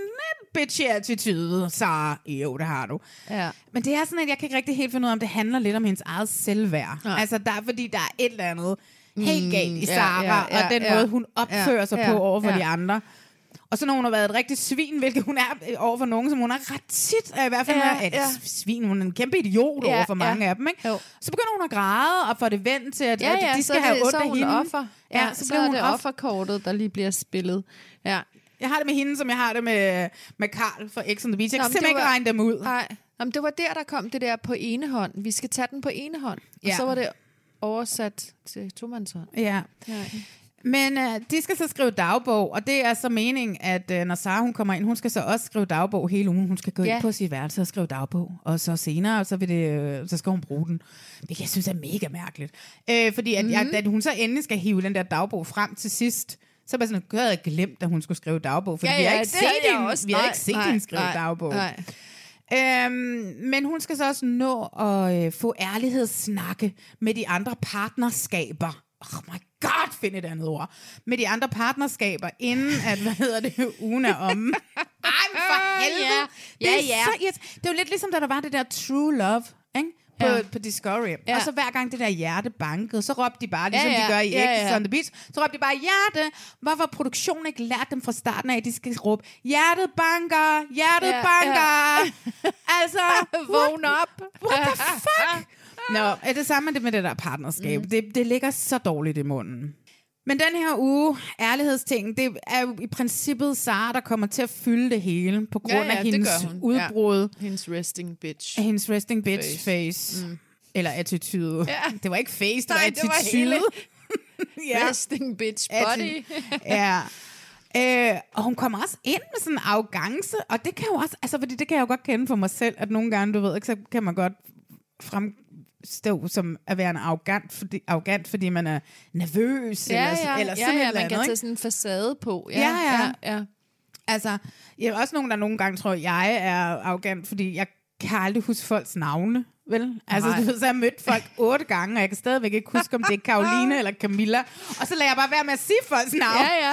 Speaker 4: bitchy-attitude, Sara? Jo, det har du.
Speaker 5: Ja.
Speaker 4: Men det er sådan, at jeg kan ikke rigtig helt finde ud af, om det handler lidt om hendes eget selvværd. Ja. Altså, fordi der er et eller andet helt galt i Sara, og den måde, hun opfører sig på over for de andre. Og så når hun har været et rigtigt svin, hvilket hun er over for nogen, som hun er ret tit, i hvert fald svin, hun er en kæmpe idiot over for mange af dem, ikke? Jo. Så begynder hun at græde, og får det vendt til, at de skal have ondt af hende.
Speaker 5: Offer. Ja, så bliver hun det offerkortet, der lige bliver spillet. Ja.
Speaker 4: Jeg har det med hende, som jeg har det med Carl fra X on the Beach. Jeg kan simpelthen ikke regne dem ud.
Speaker 5: Nej, det var der kom det der på ene hånd. Vi skal tage den på ene hånd. Og så var det oversat til tomandshånd.
Speaker 4: Ja. Men de skal så skrive dagbog, og det er så meningen, at når Sara hun kommer ind, hun skal så også skrive dagbog hele ugen. Hun skal gå ind på sit værelse og skrive dagbog, og så senere, så skal hun bruge den. Det jeg synes er mega mærkeligt. Fordi at hun så endelig skal hive den der dagbog frem til sidst, så var sådan, jeg havde glemt, at hun skulle skrive dagbog, fordi vi har ikke set hende skrive dagbog. Nej. Men hun skal så også nå at få ærlighedssnakke med de andre partnerskaber. Oh my god, find et andet ord. Med de andre partnerskaber, inden at, ugen er om. Ej, for helvede. Det er jo lidt ligesom, da der var det der True Love, ikke? På Discovery. Ja. Og så hver gang det der hjerte bankede, så råbte de bare, ligesom de gør i X on the Beach, så råbte de bare, hjerte. Hvorfor produktionen ikke lært dem fra starten af, at de skal råbe, hjertet banker, hjertet banker. Altså,
Speaker 5: vågn op.
Speaker 4: What the fuck? Nå, det samme med det der partnerskab. Det ligger så dårligt i munden. Men den her uge, ærlighedsting, det er jo i princippet Sara, der kommer til at fylde det hele, på grund af hendes udbrud.
Speaker 5: Ja. Hendes resting bitch.
Speaker 4: Hendes resting bitch face. Eller attitude. Ja. Det var ikke face, det var attitude.
Speaker 5: Det var resting bitch body.
Speaker 4: Ja. Og hun kommer også ind med sådan en arrogance, og det kan jo også, altså fordi det kan jeg jo godt kende for mig selv, at nogle gange, du ved ikke, så kan man godt fremstå som at være arrogant, fordi man er nervøs, eller sådan noget.
Speaker 5: Ja, man kan tage sådan en facade på. Ja.
Speaker 4: Altså, jeg er også nogen, der nogle gange tror, jeg er arrogant, fordi jeg kan aldrig huske folks navne, vel? Altså, du ved, så jeg har mødt folk 8 gange, og jeg kan stadigvæk ikke huske, om det er Karoline eller Camilla. Og så lader jeg bare være med at sige folks navn.
Speaker 5: Ja.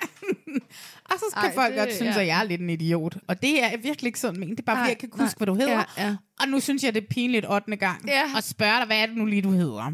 Speaker 4: Og så skal folk godt synes, at jeg er lidt en idiot. Og det er virkelig ikke sådan ment. Det er bare, fordi jeg kan ikke huske, hvad du hedder. Ja. Og nu synes jeg, det er pinligt 8. gang. Og spørge dig, hvad er det nu lige, du hedder?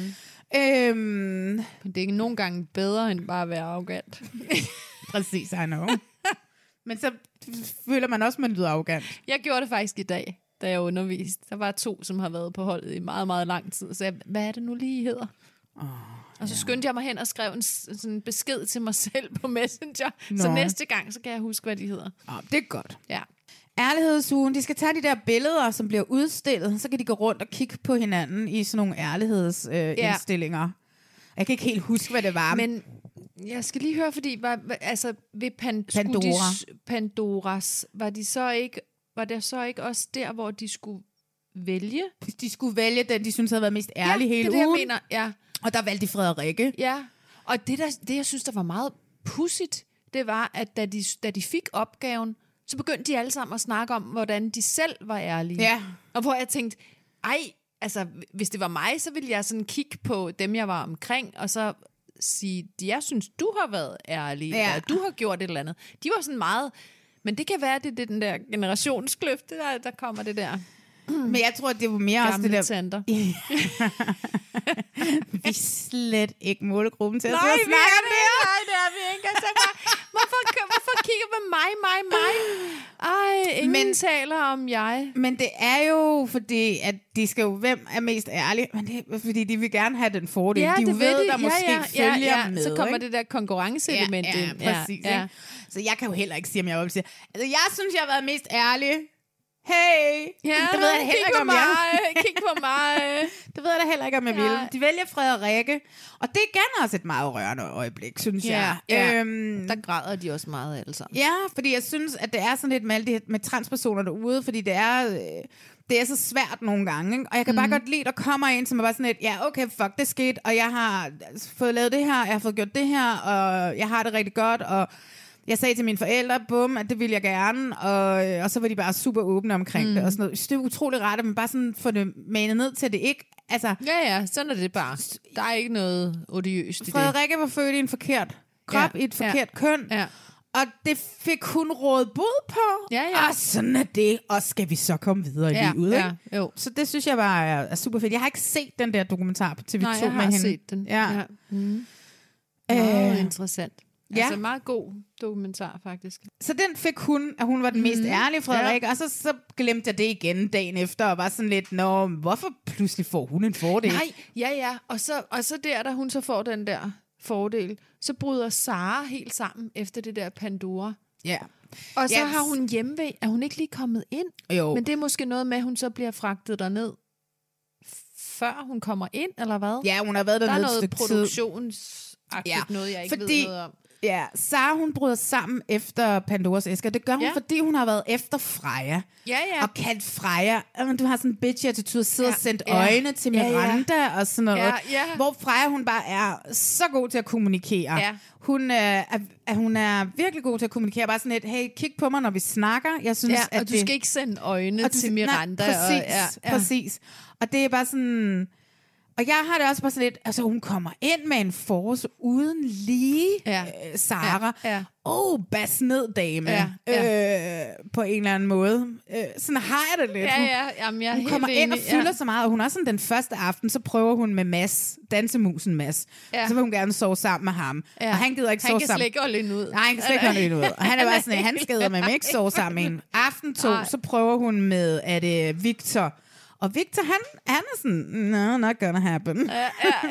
Speaker 5: Det er ikke nogen gange bedre, end bare at være arrogant.
Speaker 4: Præcis, I know. Men så føler man også, man lyder arrogant.
Speaker 5: Jeg gjorde det faktisk i dag, da jeg underviste. Der var 2, som har været på holdet i meget, meget lang tid. Så jeg, hvad er det nu lige, I hedder? Og så skyndte jeg mig hen og skrev sådan en besked til mig selv på Messenger. Så næste gang, så kan jeg huske, hvad de hedder.
Speaker 4: Det er godt.
Speaker 5: Ja.
Speaker 4: Ærlighedsugen, de skal tage de der billeder, som bliver udstillet, så kan de gå rundt og kigge på hinanden i sådan nogle ærlighedsindstillinger. Jeg kan ikke helt huske, hvad det var.
Speaker 5: Men jeg skal lige høre, fordi ved Pandoras, var det så ikke også der, hvor de skulle vælge?
Speaker 4: De skulle vælge den, de synes havde været mest ærlig hele ugen.
Speaker 5: Ja, det er det, jeg mener. Ja.
Speaker 4: Og der valgte de Frederikke.
Speaker 5: Ja, og det jeg synes, der var meget pudsigt, det var, at da de fik opgaven, så begyndte de alle sammen at snakke om, hvordan de selv var ærlige.
Speaker 4: Ja.
Speaker 5: Og hvor jeg tænkte, altså, hvis det var mig, så ville jeg sådan kigge på dem, jeg var omkring, og så sige, jeg synes, du har været ærlig, eller du har gjort et eller andet. De var sådan meget, men det kan være, det er den der generationskløfte, der kommer det der.
Speaker 4: Men jeg tror, det var mere også det der...
Speaker 5: Tanter.
Speaker 4: Vi er slet ikke målgruppen til at
Speaker 5: snakke om det. Nej, det er vi ikke. Altså, hvorfor kigger på mig. Ingen taler om jeg.
Speaker 4: Men det er jo fordi, at de skal jo, hvem er mest ærlig? Men det er fordi, de vil gerne have den fordel.
Speaker 5: Ja,
Speaker 4: de
Speaker 5: det
Speaker 4: ved,
Speaker 5: de.
Speaker 4: der måske følger med.
Speaker 5: Så kommer
Speaker 4: ikke?
Speaker 5: det der konkurrenceelement ind.
Speaker 4: Ja, præcis. Ja. Så jeg kan jo heller ikke sige, om jeg vil sige. Altså, jeg synes, jeg har været mest ærlig. Hey!
Speaker 5: Ja,
Speaker 4: det ved jeg heller ikke, om jeg
Speaker 5: kig på mig.
Speaker 4: Det ved jeg da heller ikke, om jeg vil. De vælger Frederikke. Og det er igen også et meget rørende øjeblik, synes jeg.
Speaker 5: Der græder de også meget, altså.
Speaker 4: Ja, fordi jeg synes, at det er sådan lidt med transpersoner derude, fordi det er så svært nogle gange. Ikke? Og jeg kan bare godt lide, at der kommer en, som er bare sådan lidt, ja, okay, fuck, det skete, og jeg har fået lavet det her, jeg har fået gjort det her, og jeg har det rigtig godt, og jeg sagde til mine forældre, bum, at det ville jeg gerne, og så var de bare super åbne omkring det, og sådan noget. Det er utroligt rart, at man bare sådan får det manet ned til det ikke. Altså,
Speaker 5: ja, sådan er det bare. Der er ikke noget odiøst i det.
Speaker 4: Frederikke var født i en forkert krop, i et forkert køn, og det fik hun råd bod på, og sådan er det, og skal vi så komme videre i livet, ikke?
Speaker 5: Jo.
Speaker 4: Så det synes jeg bare er super fedt. Jeg har ikke set den der dokumentar på TV2 med hende.
Speaker 5: Nej, jeg har set den. Ja. Meget interessant.
Speaker 4: Ja.
Speaker 5: Altså meget god dokumentar, faktisk.
Speaker 4: Så den fik hun, at hun var den mest ærlige, Frederik, og så glemte jeg det igen dagen efter, og var sådan lidt, hvorfor pludselig får hun en fordel?
Speaker 5: Nej, ja, og så da hun så får den der fordel, så bryder Sara helt sammen efter det der Pandora.
Speaker 4: Ja.
Speaker 5: Og så har hun hjemmevæg. Er hun ikke lige kommet ind?
Speaker 4: Jo.
Speaker 5: Men det er måske noget med, at hun så bliver fragtet derned, før hun kommer ind, eller hvad?
Speaker 4: Ja, hun har været dernede et stykke tid.
Speaker 5: Der er noget produktionsagtigt, noget jeg ikke ved noget om.
Speaker 4: Ja, Sara, hun bryder sammen efter Pandoras æsker. Det gør hun, fordi hun har været efter Freja.
Speaker 5: Ja.
Speaker 4: Og kaldt Freja, du har sådan en bitch-attitude, sidder og sendt øjne til Miranda og sådan noget.
Speaker 5: Ja.
Speaker 4: Hvor Freja, hun bare er så god til at kommunikere. Ja. Hun er virkelig god til at kommunikere. Bare sådan et, hey, kig på mig, når vi snakker. Jeg synes,
Speaker 5: og
Speaker 4: at
Speaker 5: du skal ikke sende øjne til Miranda.
Speaker 4: Præcis. Og det er bare sådan... Og jeg har det også bare sådan lidt, altså hun kommer ind med en force uden lige, Sara.
Speaker 5: Ja.
Speaker 4: Bas ned, dame. På en eller anden måde. Sådan har jeg det lidt.
Speaker 5: Jamen, jeg
Speaker 4: hun kommer ind og fylder så meget, og hun er sådan den første aften, så prøver hun med Mads, dansemusen Mads. Så vil hun gerne sove sammen med ham. Og han gider ikke sove sammen.
Speaker 5: Han kan slet ikke holde hende ud.
Speaker 4: Nej, han kan slet ikke holde hende ud. Og han er bare sådan, han skader med ikke sove sammen med hende. Aften 2, så prøver hun med, at Victor... Og Victor, han er sådan, no, not gonna happen.
Speaker 5: Ja.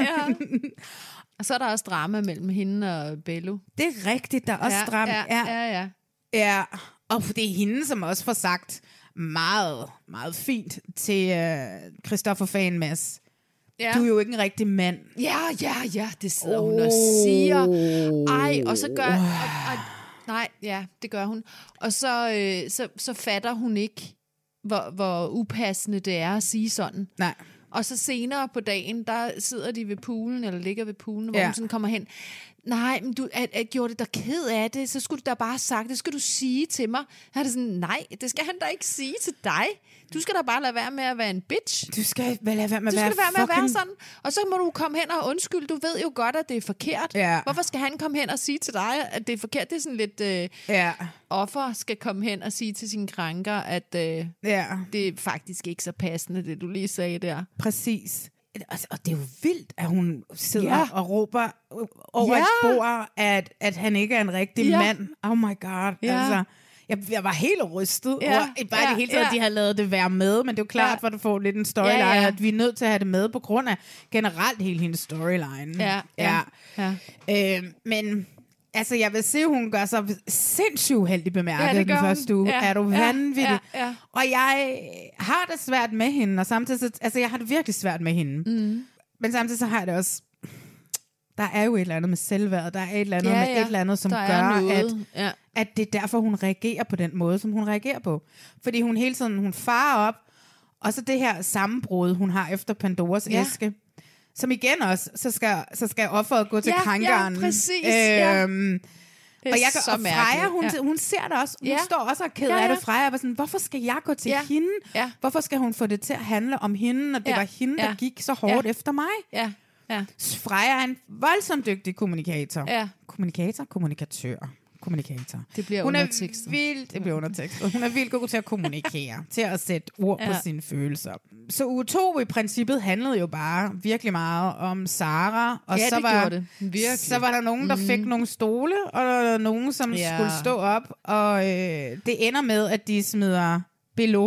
Speaker 5: Og så er der også drama mellem hende og Bello.
Speaker 4: Det er rigtigt, der er også drama. Ja, og det er hende, som også får sagt meget, meget fint til Christoffer Fan Mads. Ja. Du er jo ikke en rigtig mand.
Speaker 5: Ja, det sidder hun og siger. Ej, og så gør... nej, det gør hun. Og så fatter hun ikke, hvor upassende det er at sige sådan.
Speaker 4: Nej.
Speaker 5: Og så senere på dagen, der sidder de ved poolen, eller ligger ved poolen, hvor hun sådan kommer hen. Nej, men du gjorde det der ked af det, så skulle du da bare have sagt, det skal du sige til mig. Jeg er det sådan, nej, det skal han da ikke sige til dig. Du skal da bare lade være med at være en bitch.
Speaker 4: Du skal lade være med at
Speaker 5: være sådan. Og så må du komme hen og undskylde. Du ved jo godt, at det er forkert.
Speaker 4: Ja.
Speaker 5: Hvorfor skal han komme hen og sige til dig, at det er forkert? Det er sådan lidt... offer skal komme hen og sige til sine krænker, at det er faktisk ikke så passende, det du lige sagde der.
Speaker 4: Præcis. Og det er jo vildt, at hun sidder og råber over et bord, at han ikke er en rigtig mand. Oh my god. Altså, jeg var helt rystet. Bare det hele taget, de har lavet det være med, men det er jo klart, hvor du får lidt en storyline, at vi er nødt til at have det med på grund af generelt hele hendes storyline. Men... Altså, jeg vil se, at hun gør sig sindssygt uheldig bemærket den første uge. Er du vanvittig?
Speaker 5: Ja.
Speaker 4: Og jeg har det svært med hende, og samtidig, altså jeg har det virkelig svært med hende. Men samtidig så har jeg det også, der er jo et eller andet med selvværd, der er et eller andet med et eller andet, som gør, at det er derfor, hun reagerer på den måde, som hun reagerer på. Fordi hun hele tiden, hun farer op, og så det her sammenbrud, hun har efter Pandoras æske, som igen også, så skal offeret gå til krænkeren.
Speaker 5: Ja, præcis.
Speaker 4: Og Freja, hun ser det også. Hun står også og ked af det. Freja var sådan, hvorfor skal jeg gå til hende? Ja. Hvorfor skal hun få det til at handle om hende, og det var hende, der gik så hårdt efter mig? Ja. Freja er en voldsomt dygtig kommunikator. Kommunikatør. kommunikator.
Speaker 5: Det bliver undertekstet.
Speaker 4: Det bliver undertekstet. Hun er vildt god til at kommunikere, til at sætte ord på sine følelser. Så uge 2 i princippet handlede jo bare virkelig meget om Sara. Og
Speaker 5: ja,
Speaker 4: så var der nogen, der fik nogle stole, og der var nogen, som skulle stå op. Og det ender med, at de smider Bello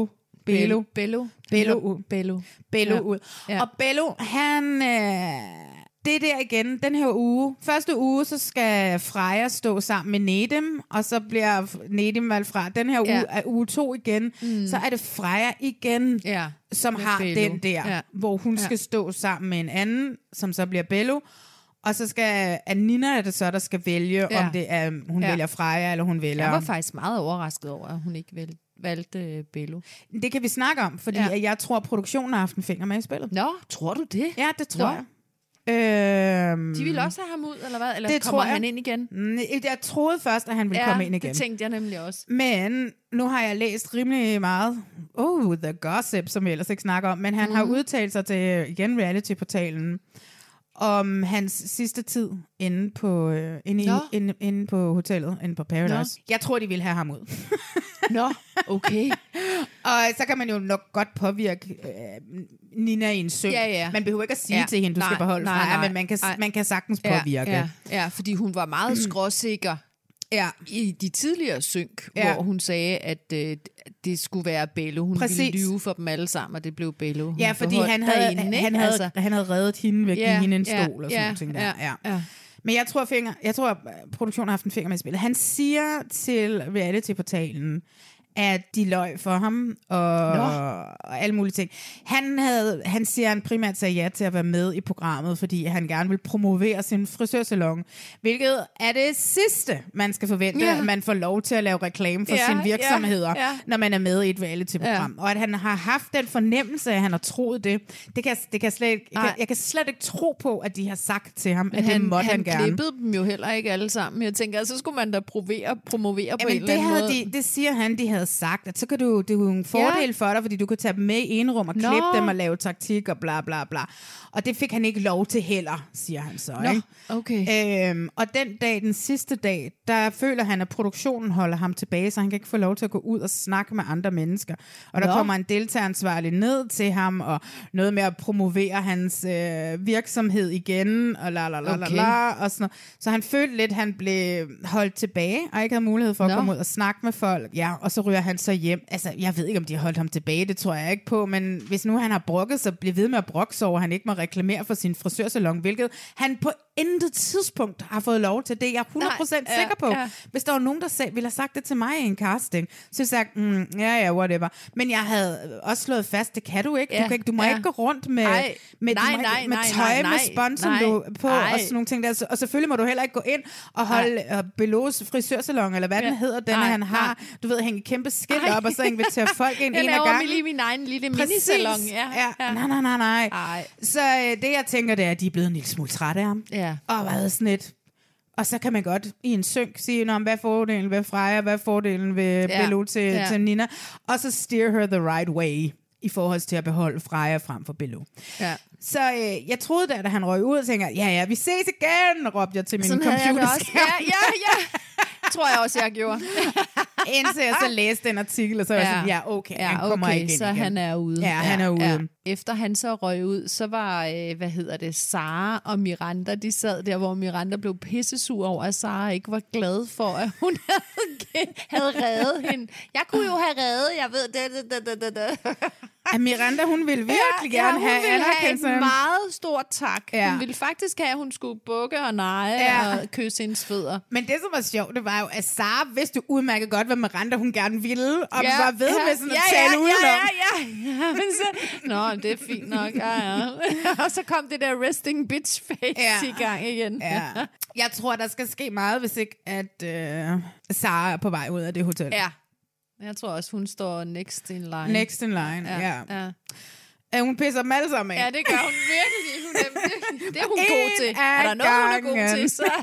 Speaker 4: ud. Ja. Og Bello, han... det der igen, den her uge. Første uge, så skal Freja stå sammen med Nedim, og så bliver Nedim valgt fra. Den her uge er uge 2 igen. Så er det Freja igen, som har Bello. Den der, hvor hun skal stå sammen med en anden, som så bliver Bello. Og så skal Nina er det så, der skal vælge, om det er, hun vælger Freja, eller hun vælger...
Speaker 5: Jeg var faktisk meget overrasket over, at hun ikke valgte Bello.
Speaker 4: Det kan vi snakke om, fordi jeg tror, at produktionen af Aftenfinger med i spillet.
Speaker 5: Nå, tror du det?
Speaker 4: Ja, det tror jeg.
Speaker 5: De ville også have ham ud, eller hvad? Eller det kommer han ind igen?
Speaker 4: Jeg troede først, at han ville komme ind igen.
Speaker 5: Det tænkte jeg nemlig også.
Speaker 4: Men nu har jeg læst rimelig meget The Gossip, som vi ellers ikke snakker om, men han har udtalt sig til igen reality-portalen om hans sidste tid inde på hotellet, inde på Paradise. Jeg tror, de ville have ham ud.
Speaker 5: Nå, okay.
Speaker 4: Og så kan man jo nok godt påvirke Nina i en synk.
Speaker 5: Ja.
Speaker 4: Man behøver ikke at sige til hende, du skal beholde Freja, men man kan sagtens påvirke.
Speaker 5: Ja, fordi hun var meget skråsikker i de tidligere synk, hvor hun sagde, at det skulle være Bello. Hun ville lyve for dem alle sammen, og det blev Bello. Hun
Speaker 4: fordi han havde reddet hende ved at give hende en stol og sådan ting der. Ja. Men jeg tror, at produktionen har haft en finger med i spillet. Han siger til reality-portalen, at de løg for ham, og alle mulige ting. Han siger, at han primært sagde ja til at være med i programmet, fordi han gerne vil promovere sin frisørsalon, hvilket er det sidste, man skal forvente, at man får lov til at lave reklame for sine virksomheder, når man er med i et reality-program. Og at han har haft den fornemmelse, at han har troet det. Jeg kan slet ikke tro på, at de har sagt til ham, at det måtte han gerne.
Speaker 5: Han klippede dem jo heller ikke alle sammen. Jeg tænker, så skulle man da promovere på en eller anden måde.
Speaker 4: Det siger han, de havde sagt, at så kan det er jo en fordel for dig, fordi du kan tage dem med i en rum og klippe dem og lave taktik og bla bla bla. Og det fik han ikke lov til heller, siger han så. Ikke?
Speaker 5: Okay.
Speaker 4: Og den sidste dag, der føler han, at produktionen holder ham tilbage, så han kan ikke få lov til at gå ud og snakke med andre mennesker. Og der kommer en deltageransvarlig ned til ham, og noget med at promovere hans virksomhed igen, og la og sådan noget. Så han følte lidt, at han blev holdt tilbage, og ikke havde mulighed for at komme ud og snakke med folk. Ja, og så ryger han så hjem. Altså, jeg ved ikke, om de har holdt ham tilbage, det tror jeg ikke på, men hvis nu han har brokket, så bliver ved med at brokke sig over, han ikke må reklamere for sin frisørsalon, hvilket han på intet tidspunkt har fået lov til. Det er jeg 100% sikker på. Hvis der var nogen, der ville have sagt det til mig i en casting, så ville jeg sagt, whatever. Men jeg havde også slået fast, det kan du ikke. Du må ikke gå rundt med tøj med sponsor på og sådan nogle ting der. Og selvfølgelig må du heller ikke gå ind og holde Bellos frisørsalon, eller hvad den hedder, den han har. Du ved, hænge kæmpe skilt op, og så invitere folk ind en af gangen.
Speaker 5: Jeg laver lige min egen lille minisalon.
Speaker 4: Nej. Så det, jeg tænker, det er, at de er blevet en lille smule trætte af ham.
Speaker 5: Ja.
Speaker 4: Og hvad sådan et. Og så kan man godt i en synk sige, hvad er fordelen ved Freja, hvad er fordelen ved Bello til Nina. Og så steer her the right way i forhold til at beholde Freja frem for Bello. Ja. Så jeg troede da han røg ud og tænkte, vi ses igen, råbte jeg til min computerskærm.
Speaker 5: Ja. Tror jeg også, jeg gjorde.
Speaker 4: Indtil jeg så læste den artikel, og så var jeg sådan, han kommer igen.
Speaker 5: Så han er ude.
Speaker 4: Ja, han er ude. Ja.
Speaker 5: Efter han så røg ud, så var, Sara og Miranda, de sad der, hvor Miranda blev pissesur over, at Sara ikke var glad for, at hun havde reddet hende. Jeg kunne jo have reddet, jeg ved det.
Speaker 4: At Miranda, hun ville virkelig gerne have anerkendelse.
Speaker 5: Have en meget stor tak. Ja. Hun ville faktisk have, at hun skulle bukke og neje og kysse hendes fødder.
Speaker 4: Men det, som var sjovt, det var jo, at Sara vidste udmærket godt, hvad Miranda hun gerne ville, og var ved med sådan at tale udenom.
Speaker 5: Nå, det er fint nok. Og så kom det der resting bitch face i gang igen.
Speaker 4: Ja. Jeg tror, der skal ske meget, hvis ikke at Sara er på vej ud af det hotel.
Speaker 5: Ja. Jeg tror også, hun står next in line.
Speaker 4: Next in line, ja. Hun pisser dem alle sammen af.
Speaker 5: Ja, det gør hun virkelig. Det er hun god til. Er der noget, hun er god til, så...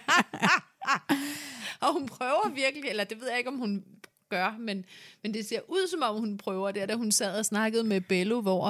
Speaker 5: Og hun prøver virkelig, eller det ved jeg ikke, om hun gør, men det ser ud, som om hun prøver det, da hun sad og snakkede med Bello, hvor...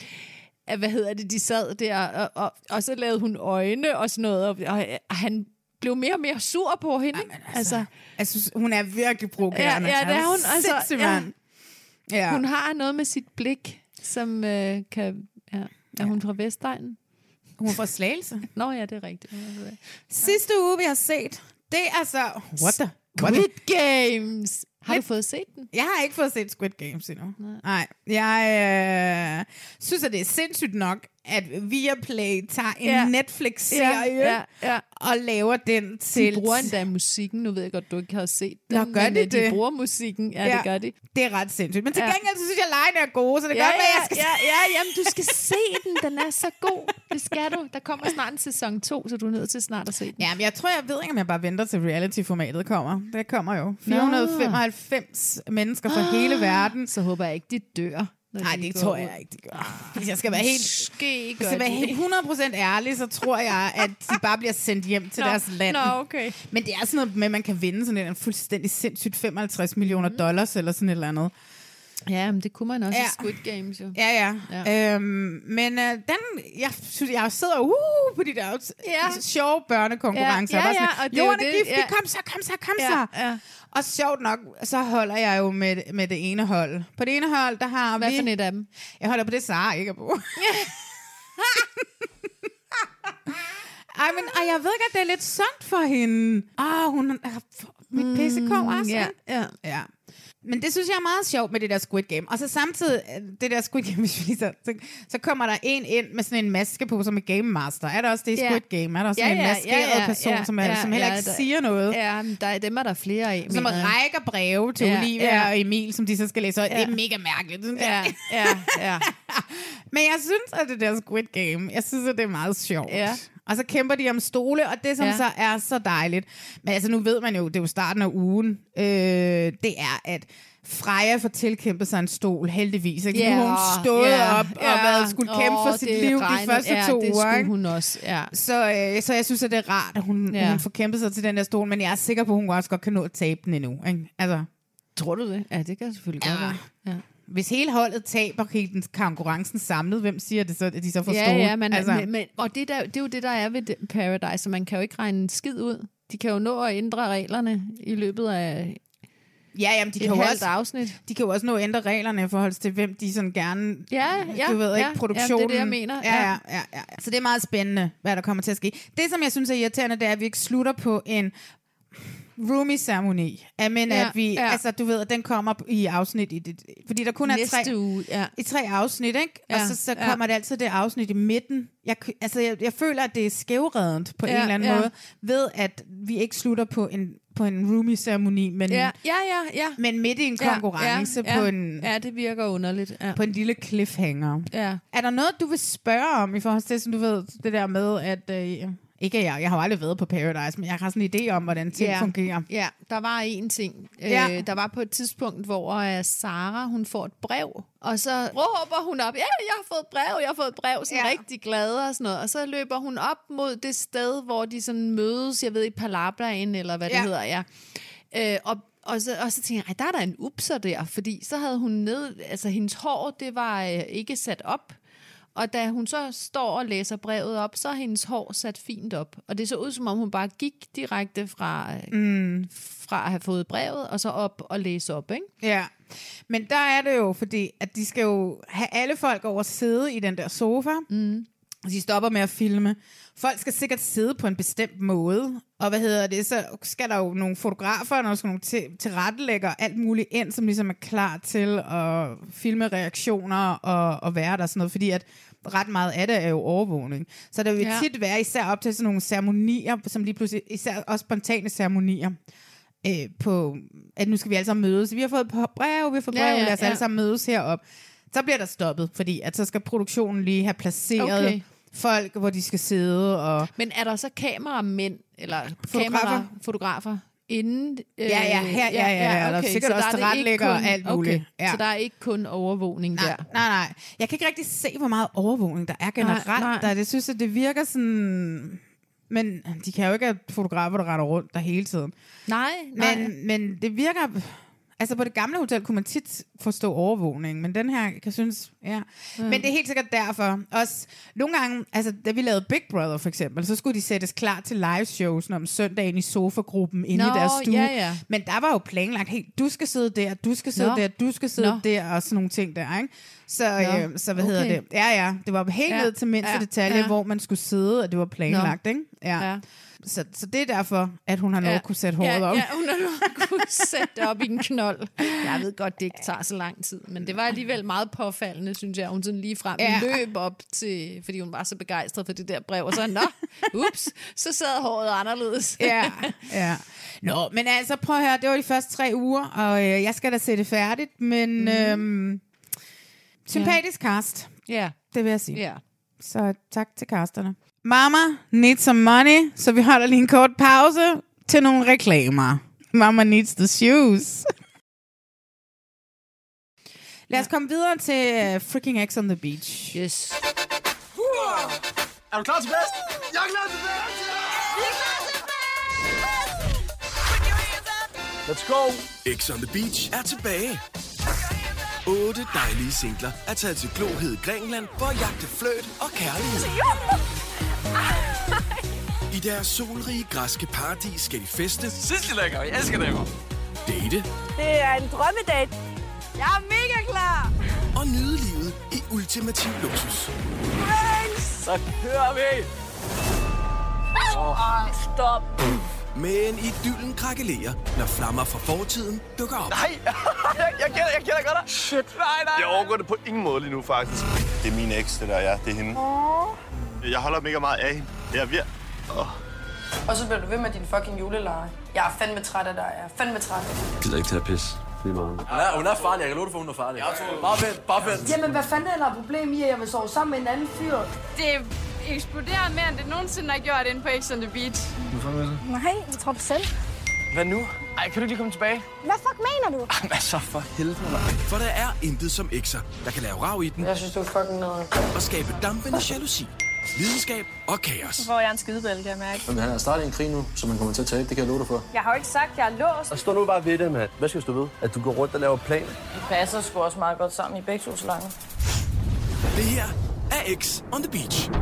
Speaker 5: de sad der, og så lavede hun øjne og sådan noget, og han blev mere og mere sur på hende.
Speaker 4: Altså, jeg synes, hun er virkelig provokerende.
Speaker 5: Ja, det er hun. Altså,
Speaker 4: ja.
Speaker 5: Hun har noget med sit blik, som kan... Ja. Er hun fra Vestegnen?
Speaker 4: Hun er fra Slagelse.
Speaker 5: Nå ja, det er rigtigt.
Speaker 4: Sidste uge, vi har set, det er altså...
Speaker 5: Squid Games! Har du fået set den?
Speaker 4: Jeg har ikke fået set Squid Games endnu. Nej. Jeg synes, at det er sindssygt nok, at Viaplay tager en Netflix-serie og laver den til...
Speaker 5: De bruger endda musikken. Nu ved jeg godt, du ikke har set den.
Speaker 4: Nå, gør det?
Speaker 5: De bruger musikken. Ja, det gør de.
Speaker 4: Det er ret sindssygt. Men til gengæld, så synes jeg, at lejene er gode, så det gør, hvad jeg skal
Speaker 5: jamen, du skal se den. Den er så god. Det skal du. Der kommer snart en sæson 2, så du er nødt til snart at se den.
Speaker 4: Ja, men jeg ved ikke, om jeg bare venter til reality-formatet kommer. Det kommer jo. 495 mennesker fra hele verden.
Speaker 5: Så håber jeg ikke, de dør.
Speaker 4: Nej, det tror jeg ikke, de gør. Hvis jeg skal være helt 100% ærlig, så tror jeg, at de bare bliver sendt hjem til deres land.
Speaker 5: Okay.
Speaker 4: Men det er sådan noget med, at man kan vinde sådan en fuldstændig sindssygt $55 million eller sådan et eller andet.
Speaker 5: Ja, men det kunne man også i Squid Games jo.
Speaker 4: Ja. Men jeg synes, jeg sidder på de der sjove børnekonkurrencer.
Speaker 5: Og
Speaker 4: Jorden er giftig, kom så. Ja. Og sjovt nok, så holder jeg jo med det ene hold. På det ene hold, der har
Speaker 5: Hvad for et af dem?
Speaker 4: Jeg holder på det, Sara ikke er på. Og jeg ved godt, det er lidt sundt for hende. Hun har mit pissekov også. Ja. Men det synes jeg er meget sjovt med det der Squid Game. Og så samtidig, det der Squid Game, hvis vi lige så kommer der en ind med sådan en maske på, som er Game Master. Er der også det i Squid Game? Er der også en maskeret person, som heller ikke siger noget?
Speaker 5: Ja, dem er der flere af.
Speaker 4: Som rækker breve til Olivia og Emil, som de så skal læse. Og det er mega mærkeligt.
Speaker 5: Ja.
Speaker 4: Men jeg synes, at det der Squid Game, jeg synes, at det er meget sjovt. Ja. Og så kæmper de om stole, og det som så er så dejligt. Men altså, nu ved man jo, det er jo starten af ugen, det er, at Freja får tilkæmpet sig en stol, heldigvis. Ikke? Nu har hun stået op og skulle kæmpe for sit liv de første 2 uger.
Speaker 5: Det skulle hun også,
Speaker 4: Så jeg synes, at det er rart, at hun får kæmpet sig til den der stol, men jeg er sikker på, at hun også godt kan nå at tabe den endnu. Ikke? Altså.
Speaker 5: Tror du det? Ja, det kan selvfølgelig godt være. Ja.
Speaker 4: Hvis hele holdet taber hele konkurrencen samlet, hvem siger det så, at de så får stole?
Speaker 5: Ja, men og det er jo det, der er ved Paradise, så man kan jo ikke regne en skid ud. De kan jo nå at ændre reglerne i løbet af
Speaker 4: de kan jo også afsnit. De kan jo også nå at ændre reglerne i forhold til, hvem de sådan gerne... Du ved ikke, produktionen...
Speaker 5: Ja, det er det, jeg mener.
Speaker 4: Ja. Så det er meget spændende, hvad der kommer til at ske. Det, som jeg synes er irriterende, det er, at vi ikke slutter på en roomie-ceremoni. Men at vi... Altså, du ved, at den kommer i afsnit... fordi der kun er
Speaker 5: næste uge,
Speaker 4: i 3 afsnit, ikke? Og så kommer det altid det afsnit i midten. Jeg føler, at det er skævredent på en eller anden måde, ved at vi ikke slutter på en roomie-ceremoni, men midt i en konkurrence på en...
Speaker 5: Ja, det virker underligt. Ja.
Speaker 4: På en lille cliffhanger. Ja. Er der noget, du vil spørge om i forhold til, som du ved, det der med, at... Ikke jeg har jo aldrig været på Paradise, men jeg har sådan en idé om, hvordan ting fungerer.
Speaker 5: Ja, der var en ting. Der var på et tidspunkt, hvor Sara, hun får et brev, og så råber hun op, jeg har fået et brev, sådan rigtig glad og sådan noget. Og så løber hun op mod det sted, hvor de sådan mødes, jeg ved ikke, Palabraen, eller hvad det hedder, Og så tænkte jeg, der er der en upser der, fordi så havde hun hendes hår, det var ikke sat op. Og da hun så står og læser brevet op, så er hendes hår sat fint op. Og det så ud, som om hun bare gik direkte fra at have fået brevet, og så op og læse op, ikke?
Speaker 4: Ja, men der er det jo, fordi at de skal jo have alle folk over at sidde i den der sofa, og de stopper med at filme. Folk skal sikkert sidde på en bestemt måde, og så skal der jo nogle fotografer, og nogle tilrettelægger alt muligt ind, som ligesom er klar til at filme reaktioner og være der sådan noget, fordi at ret meget af det er jo overvågning. Så der vil tit være, især op til sådan nogle ceremonier, som lige pludselig, især også spontane ceremonier, på, at nu skal vi alle sammen mødes. Vi har fået brev, lad os alle sammen mødes herop. Så bliver der stoppet, fordi at så skal produktionen lige have placeret folk, hvor de skal sidde. Og
Speaker 5: men er der så kameramænd, eller fotografer inden?
Speaker 4: Ja, okay. Der er sikkert også tilrettelægger og alt muligt.
Speaker 5: Okay. Ja. Så der er ikke kun overvågning der?
Speaker 4: Nej. Jeg kan ikke rigtig se, hvor meget overvågning der er generelt. Nej. Det synes jeg, det virker sådan... Men de kan jo ikke have fotografer, der retter rundt der hele tiden.
Speaker 5: Nej.
Speaker 4: Men det virker... Altså på det gamle hotel kunne man tit forstå overvågning, men den her kan synes, Men det er helt sikkert derfor. Også nogle gange, altså da vi lavede Big Brother for eksempel, så skulle de sættes klar til live shows om søndagen i sofagruppen inde i deres stue.
Speaker 5: Ja. Men
Speaker 4: der var jo planlagt helt, du skal sidde der, du skal sidde der, du skal sidde der, og sådan nogle ting der, ikke? Så hvad hedder det? Ja, det var helt ned til mindste detalje, hvor man skulle sidde, og det var planlagt, ikke? Ja. Så det er derfor, at hun har nok kunne sætte håret op.
Speaker 5: Ja, hun har nok kunne sætte det op i en knold. Jeg ved godt, det ikke tager så lang tid, men det var alligevel meget påfaldende, synes jeg. Hun sådan lige frem løb op til, fordi hun var så begejstret for det der brev, og så, så sad håret anderledes.
Speaker 4: Ja. Nå, men altså, prøv at høre, det var de første 3 uger, og jeg skal da se det færdigt, men sympatisk cast, det vil jeg sige.
Speaker 5: Ja.
Speaker 4: Så tak til casterne. Mama needs some money, så vi holder lige en kort pause til nogle reklamer. Mama needs the shoes. Lad os komme videre til freaking X on the Beach.
Speaker 5: Yes.
Speaker 7: Er du klar til fest? Jeg er klar til fest!
Speaker 12: Vi er klar til fest!
Speaker 7: Let's go!
Speaker 13: X on the Beach er tilbage. 8 dejlige singler er taget til glohed Grækenland for at jagte fløt og kærlighed. I deres solrige græske paradis skal de feste.
Speaker 7: Sidste lækker, jeg elsker det.
Speaker 13: Date.
Speaker 12: Det er en drømmedate. Jeg er mega klar.
Speaker 13: Og nyde livet i ultimativ luksus.
Speaker 7: Så kører vi.
Speaker 12: Stop.
Speaker 13: Men idyllen krakelerer, når flammer fra fortiden dukker op.
Speaker 7: Nej, jeg kender godt dig.
Speaker 12: Shit.
Speaker 7: Nej.
Speaker 14: Jeg overgår det på ingen måde lige nu, faktisk. Det er min eks, det der, det er hende. Jeg holder mega meget af hende. Jeg er ved.
Speaker 15: Og så bliver du ved med din fucking juleleje. Jeg er fandme træt af dig. Jeg er fandme træt.
Speaker 16: Jeg gider ikke tage pis. Det er meget.
Speaker 7: Hun er farlig. Jeg kan love dig for, hun er farlig. Bare vent.
Speaker 15: Jamen, hvad fanden er der problem i, at jeg vil sove sammen med en anden fyr?
Speaker 17: Det eksploderer mere, end det nogensinde har gjort inde på X on the Beach.
Speaker 12: Nej, jeg tror du selv.
Speaker 7: Hvad nu? Ej, kan du ikke lige komme tilbage?
Speaker 12: Hvad fuck mener du?
Speaker 7: Jamen altså, for helvede.
Speaker 13: For der er intet som X'er, der kan lave rav i den.
Speaker 15: Jeg synes, du er fucking noget.
Speaker 13: Og skabe dampende jalousi, lidenskab og kaos.
Speaker 17: Så får jeg en skidebælte, kan jeg mærke.
Speaker 16: Men han har startet en krig nu, så man kommer til at tabe. Det kan jeg love dig for.
Speaker 17: Jeg har jo ikke sagt, at jeg er låst.
Speaker 16: Og stå nu bare ved det, mand. Hvad skal du ved? At du går rundt og laver planer?
Speaker 15: Vi passer sgu også meget godt sammen i begge to så lange.
Speaker 13: Det her er X on the Beach.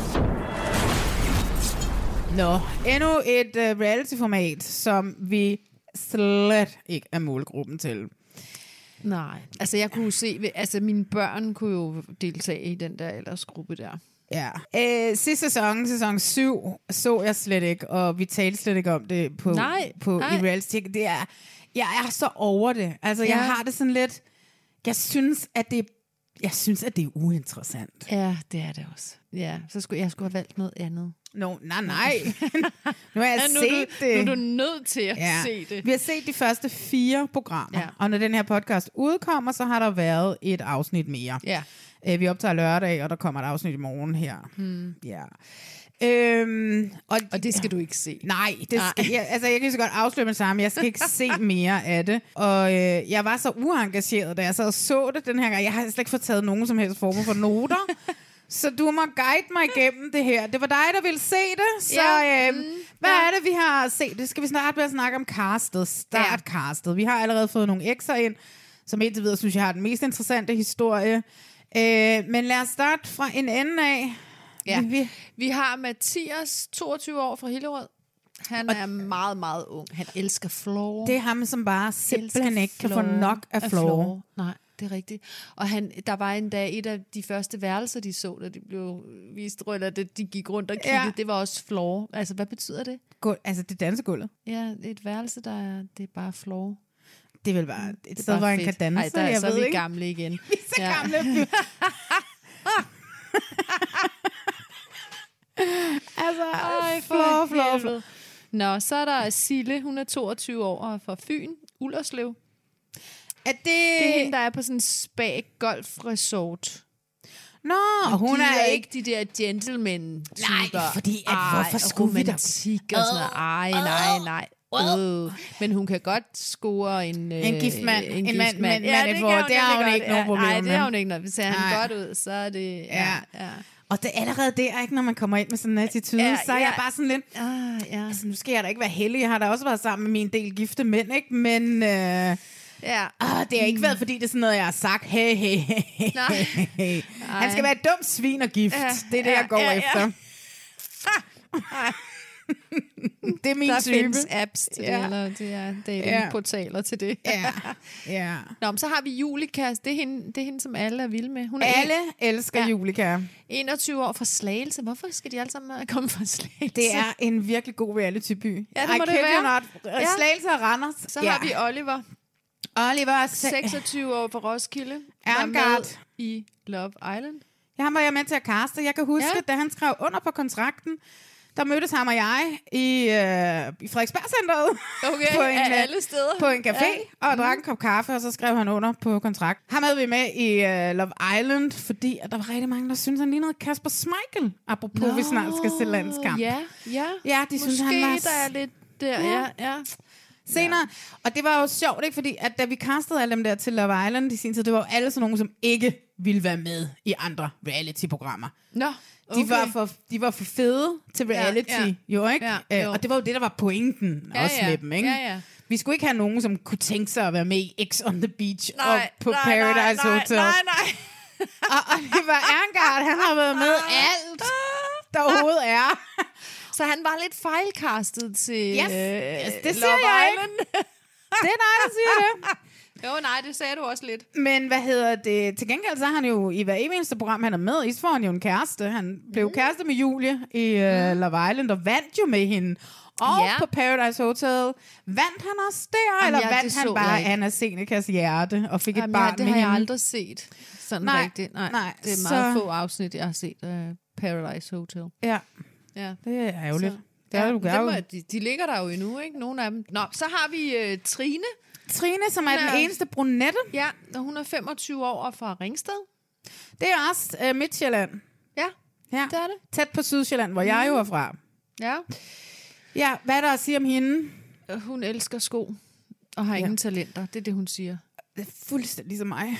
Speaker 4: Nå, endnu et reality-format, som vi slet ikke er målgruppen til.
Speaker 5: Nej, altså jeg kunne se, altså mine børn kunne jo deltage i den der aldersgruppe der.
Speaker 4: Ja. Sidste sæson 7, så jeg slet ikke, og vi talte slet ikke om det på i reality. Jeg er så over det. Altså, jeg har det sådan lidt... Jeg synes, at det er uinteressant.
Speaker 5: Ja, det er det også. Ja, så skulle jeg have valgt noget andet.
Speaker 4: Nej. Nu har jeg set det.
Speaker 5: Nu er du nødt til at se det.
Speaker 4: Vi har set de første 4 programmer, og når den her podcast udkommer, så har der været et afsnit mere.
Speaker 5: Ja.
Speaker 4: Vi optager lørdag, og der kommer et afsnit i morgen her. Ja.
Speaker 5: Og det skal du ikke se.
Speaker 4: Nej, jeg kan så godt afsløre med det samme. Jeg skal ikke se mere af det. Og jeg var så uengageret, da jeg så det den her gang. Jeg har slet ikke fået taget nogen som helst form for noter. Så du må guide mig igennem det her. Det var dig, der ville se det. Så hvad er det, vi har set? Det skal vi snart begynde at snakke om castet. Startcastet. Vi har allerede fået nogle X'er ind, som indtil videre synes jeg har den mest interessante historie. Men lad os starte fra en ende af.
Speaker 5: Ja. Vi har Mathias, 22 år fra Hillerød. Han er meget, meget ung. Han elsker floor.
Speaker 4: Det er ham, som bare simpelthen ikke kan få nok af floor.
Speaker 5: Nej, det er rigtigt. Og der var en dag, et af de første værelser, de så, da de blev vist, eller de gik rundt og kiggede, det var også floor. Altså, hvad betyder det?
Speaker 4: Altså, det er dansegulvet.
Speaker 5: Ja, et værelse, det er bare floor.
Speaker 4: Det er vel bare et sted, hvor en kan danse.
Speaker 5: Nej, så er vi gamle igen.
Speaker 4: Vi er så gamle. Altså, floor.
Speaker 5: Nå, så er der Sille, hun er 22 år og er fra Fyn, Ullerslev. Det er hende, der er på sådan en spa-golf-resort.
Speaker 4: Nå, og hun er ikke
Speaker 5: de der gentleman-typer.
Speaker 4: Nej, fordi hvorfor skulle vi
Speaker 5: romantik og sådan noget. Nej. Men hun kan godt score en
Speaker 4: gift mand. En mand, det har hun ikke nogen problem med.
Speaker 5: Nej, det har hun ikke. Når vi ser han godt ud, så er det... Ja.
Speaker 4: Og det er allerede der, ikke, når man kommer ind med sådan en attitude, så er jeg bare sådan lidt... Altså, nu skal jeg da ikke være heldig. Jeg har da også været sammen med min del gifte mænd, ikke? Men
Speaker 5: Ja.
Speaker 4: Det har ikke været, fordi det er sådan noget, jeg har sagt. Hey. Han skal være et dumt svin og gift. Det er det, jeg går efter. Det er min
Speaker 5: der
Speaker 4: type.
Speaker 5: Der findes apps til det, eller det er datingportaler til det.
Speaker 4: Ja.
Speaker 5: Nå, men så har vi Julika. Det er hende, som alle er vilde med. Hun er
Speaker 4: alle elsker Julika.
Speaker 5: 21 år fra Slagelse. Hvorfor skal de alle sammen komme fra Slagelse?
Speaker 4: Det er en virkelig god reality-by.
Speaker 5: Ja, det må det være.
Speaker 4: Slagelse og Randers.
Speaker 5: Så har vi Oliver.
Speaker 4: Oliver er
Speaker 5: 26 år fra Roskilde.
Speaker 4: Erngard
Speaker 5: i Love Island.
Speaker 4: Han var jeg med til at caste. Jeg kan huske, da han skrev under på kontrakten, der mødtes ham og jeg i Frederiksberg-centeret.
Speaker 5: Okay, af alle steder.
Speaker 4: På en café, og drak en kop kaffe, og så skrev han under på kontrakt. Ham havde vi med i Love Island, fordi der var rigtig mange, der synes han lignede Kasper Schmeichel. Apropos, vi snart skal se landskamp.
Speaker 5: Ja,
Speaker 4: de synes, han var...
Speaker 5: der er lidt der, ja.
Speaker 4: Senere, og det var jo sjovt, ikke? Fordi at da vi castede alle dem der til Love Island i sin tid, det var jo alle sådan nogen, som ikke ville være med i andre reality-programmer.
Speaker 5: Nå.
Speaker 4: Okay. De var for fede til reality, jo ikke? Jo. Og det var jo det, der var pointen også med dem, ikke?
Speaker 5: Ja.
Speaker 4: Vi skulle ikke have nogen, som kunne tænke sig at være med i X on the Beach og på Paradise Hotel.
Speaker 5: Nej.
Speaker 4: og det var Erngard, han har været med alt, der overhovedet er.
Speaker 5: Så han var lidt fejlcastet til
Speaker 4: yes, det siger
Speaker 5: Love
Speaker 4: jeg
Speaker 5: Island.
Speaker 4: Det er dig, der siger det.
Speaker 5: Jo, nej, det sagde du også lidt.
Speaker 4: Men hvad hedder det? Til gengæld så er han jo i hver eneste program, han er med i, så får han jo en kæreste. Han blev kæreste med Julie i Love Island, og vandt jo med hende. Og på Paradise Hotel vandt han også der, eller vandt han bare Anna Senecas hjerte og fik et barn med hende?
Speaker 5: Det har jeg aldrig set sådan rigtigt. Nej, det er meget få afsnit, jeg har set Paradise Hotel.
Speaker 4: Ja, det er ærgerligt.
Speaker 5: De ligger der jo endnu, ikke? Nogle af dem. Nå, så har vi Trine.
Speaker 4: Trine, som er den eneste brunette.
Speaker 5: Ja, og hun er 25 år og fra Ringsted.
Speaker 4: Det er også Midtjylland.
Speaker 5: Ja, det er det.
Speaker 4: Tæt på Sydsjælland, hvor jeg jo er fra.
Speaker 5: Ja.
Speaker 4: Ja, hvad er der at sige om hende?
Speaker 5: Hun elsker sko og har ingen talenter. Det er det, hun siger.
Speaker 4: Det er fuldstændig som mig.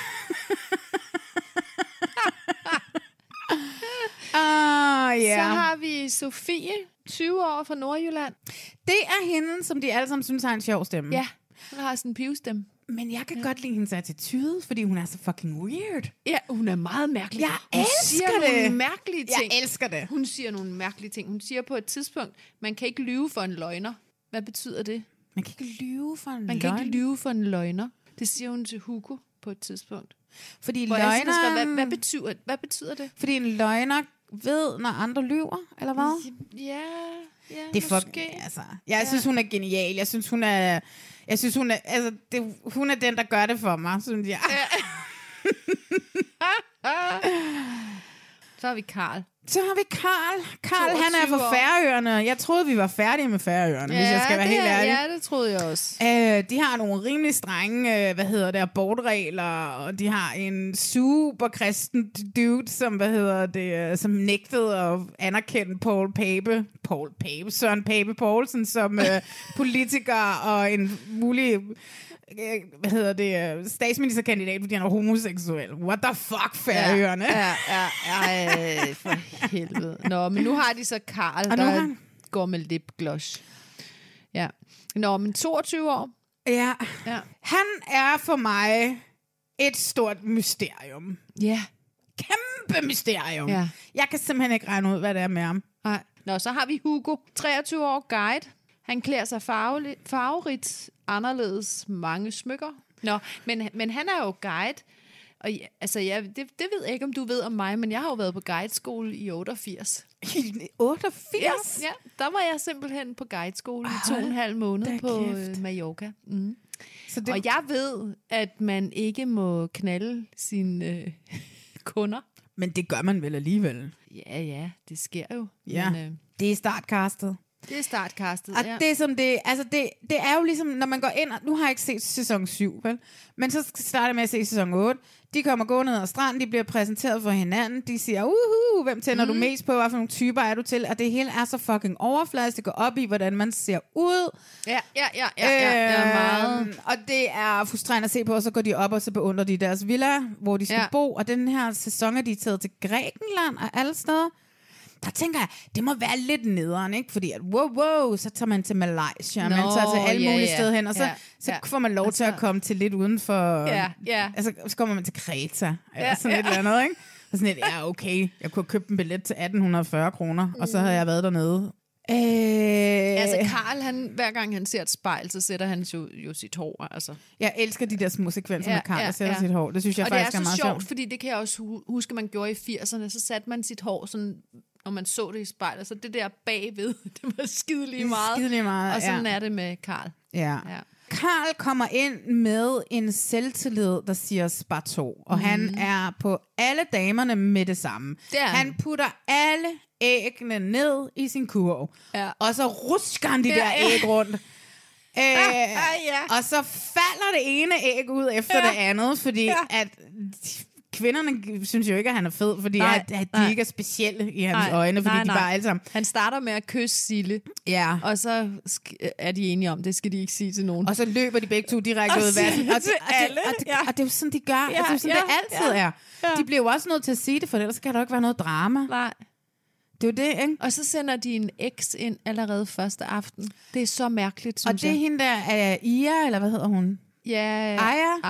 Speaker 5: Så har vi Sofie, 20 år fra Nordjylland.
Speaker 4: Det er hende, som de alle sammen synes har en sjov stemme.
Speaker 5: Ja, hun har sådan en pivstemme.
Speaker 4: Men jeg kan godt lide hendes attitude, fordi hun er så fucking weird.
Speaker 5: Ja, hun er meget mærkelig.
Speaker 4: Jeg elsker det.
Speaker 5: Nogle mærkelige ting.
Speaker 4: Jeg elsker det.
Speaker 5: Hun siger nogle mærkelige ting. Hun siger på et tidspunkt, man kan ikke lyve for en løgner. Hvad betyder det?
Speaker 4: Man kan ikke lyve for en løgner?
Speaker 5: Man kan ikke lyve for en løgner. Det siger hun til Hugo på et tidspunkt.
Speaker 4: Fordi løgner...
Speaker 5: Hvad betyder det?
Speaker 4: Fordi en løgner ved, når andre lyver, eller hvad?
Speaker 5: Ja,
Speaker 4: det er
Speaker 5: måske.
Speaker 4: Altså, jeg synes, hun er genial. Jeg synes, hun er... hun er den, der gør det for mig, synes jeg.
Speaker 5: Ja. Så har vi Karl.
Speaker 4: Karl, han er fra Færøerne. Jeg troede, vi var færdige med Færøerne, hvis jeg skal være helt ærlig.
Speaker 5: Ja, det troede jeg også.
Speaker 4: De har nogle rimelig strenge, abortregler, og de har en super kristen dude, som nægtede at anerkende Søren Pape Poulsen som politiker og en mulig... statsministerkandidat, fordi han er homoseksuel. What the fuck, Færøerne?
Speaker 5: Ja, for helvede. Nå, men nu har de så Karl, der går med lipgloss. Ja. Nå, men 22 år.
Speaker 4: Ja. Han er for mig et stort mysterium.
Speaker 5: Ja.
Speaker 4: Kæmpe mysterium.
Speaker 5: Ja.
Speaker 4: Jeg kan simpelthen ikke regne ud, hvad det er med ham.
Speaker 5: Nej. Nå, så har vi Hugo, 23 år, guide. Han klæder sig farverigt, anderledes, mange smykker. Nå, men han er jo guide. Og det ved jeg ikke, om du ved om mig, men jeg har jo været på guideskole i 88.
Speaker 4: I 88?
Speaker 5: Ja, der var jeg simpelthen på guideskole i 2,5 måneder på Mallorca. Mm. Og jeg ved, at man ikke må knalde sine kunder.
Speaker 4: Men det gør man vel alligevel?
Speaker 5: Ja, det sker jo.
Speaker 4: Ja, men, det er startcastet.
Speaker 5: Det er startcastet,
Speaker 4: og det er som det, altså det er jo ligesom, når man går ind, nu har jeg ikke set sæson 7, vel? Men så starter med at se sæson 8. De kommer gående ned ad stranden, de bliver præsenteret for hinanden, de siger, hvem tænder du mest på, hvad for nogle typer er du til? Og det hele er så fucking overfladisk, det går op i, hvordan man ser ud.
Speaker 5: Ja, meget.
Speaker 4: Og det er frustrerende at se på, og så går de op, og så beundrer de deres villa, hvor de skal bo. Og den her sæson er de taget til Grækenland og alle steder. Der tænker jeg, det må være lidt nederen, ikke? Fordi at, wow, så tager man til Malaysia, man tager til alle mulige steder hen, og så får man lov til at komme til lidt uden for... Altså, så kommer man til Kreta, eller sådan et eller andet, ikke? Og sådan et, okay, jeg kunne have købt en billet til 1840 kroner, og så havde jeg været dernede.
Speaker 5: Altså Karl, hver gang han ser et spejl, så sætter han jo sit hår. Altså.
Speaker 4: Jeg elsker de der små sekvenser med Karl, der sætter sit hår. Det synes jeg faktisk er meget sjovt. Og det er så sjovt,
Speaker 5: fordi det kan jeg også huske, man gjorde i 80'erne. Så satte man sit hår sådan, når man så det i spejlet. Så det der bagved, det var skidelig meget. Og sådan er det med Karl.
Speaker 4: Ja. Karl kommer ind med en selvtillid, der siger spar 2. Og han er på alle damerne med det samme. Han putter alle æggene ned i sin kurv. Ja. Og så rusker han de der æg rundt. Og så falder det ene æg ud efter det andet, fordi at kvinderne synes jo ikke, at han er fed, fordi at de ikke er specielle i hans øjne, fordi de bare alle sammen...
Speaker 5: Han starter med at kysse Sille, og så er de enige om, det skal de ikke sige til nogen.
Speaker 4: Og så løber de begge to direkte ud af verden. Og det er jo sådan, de gør. Det er jo sådan, det altid er. De bliver jo også nødt til at sige det, for ellers kan der jo ikke være noget drama.
Speaker 5: Nej.
Speaker 4: Det er jo det, ikke?
Speaker 5: Og så sender de en eks ind allerede første aften. Det er så mærkeligt, synes jeg.
Speaker 4: Og det er hende der, Aya, eller hvad hedder hun?
Speaker 5: Ja,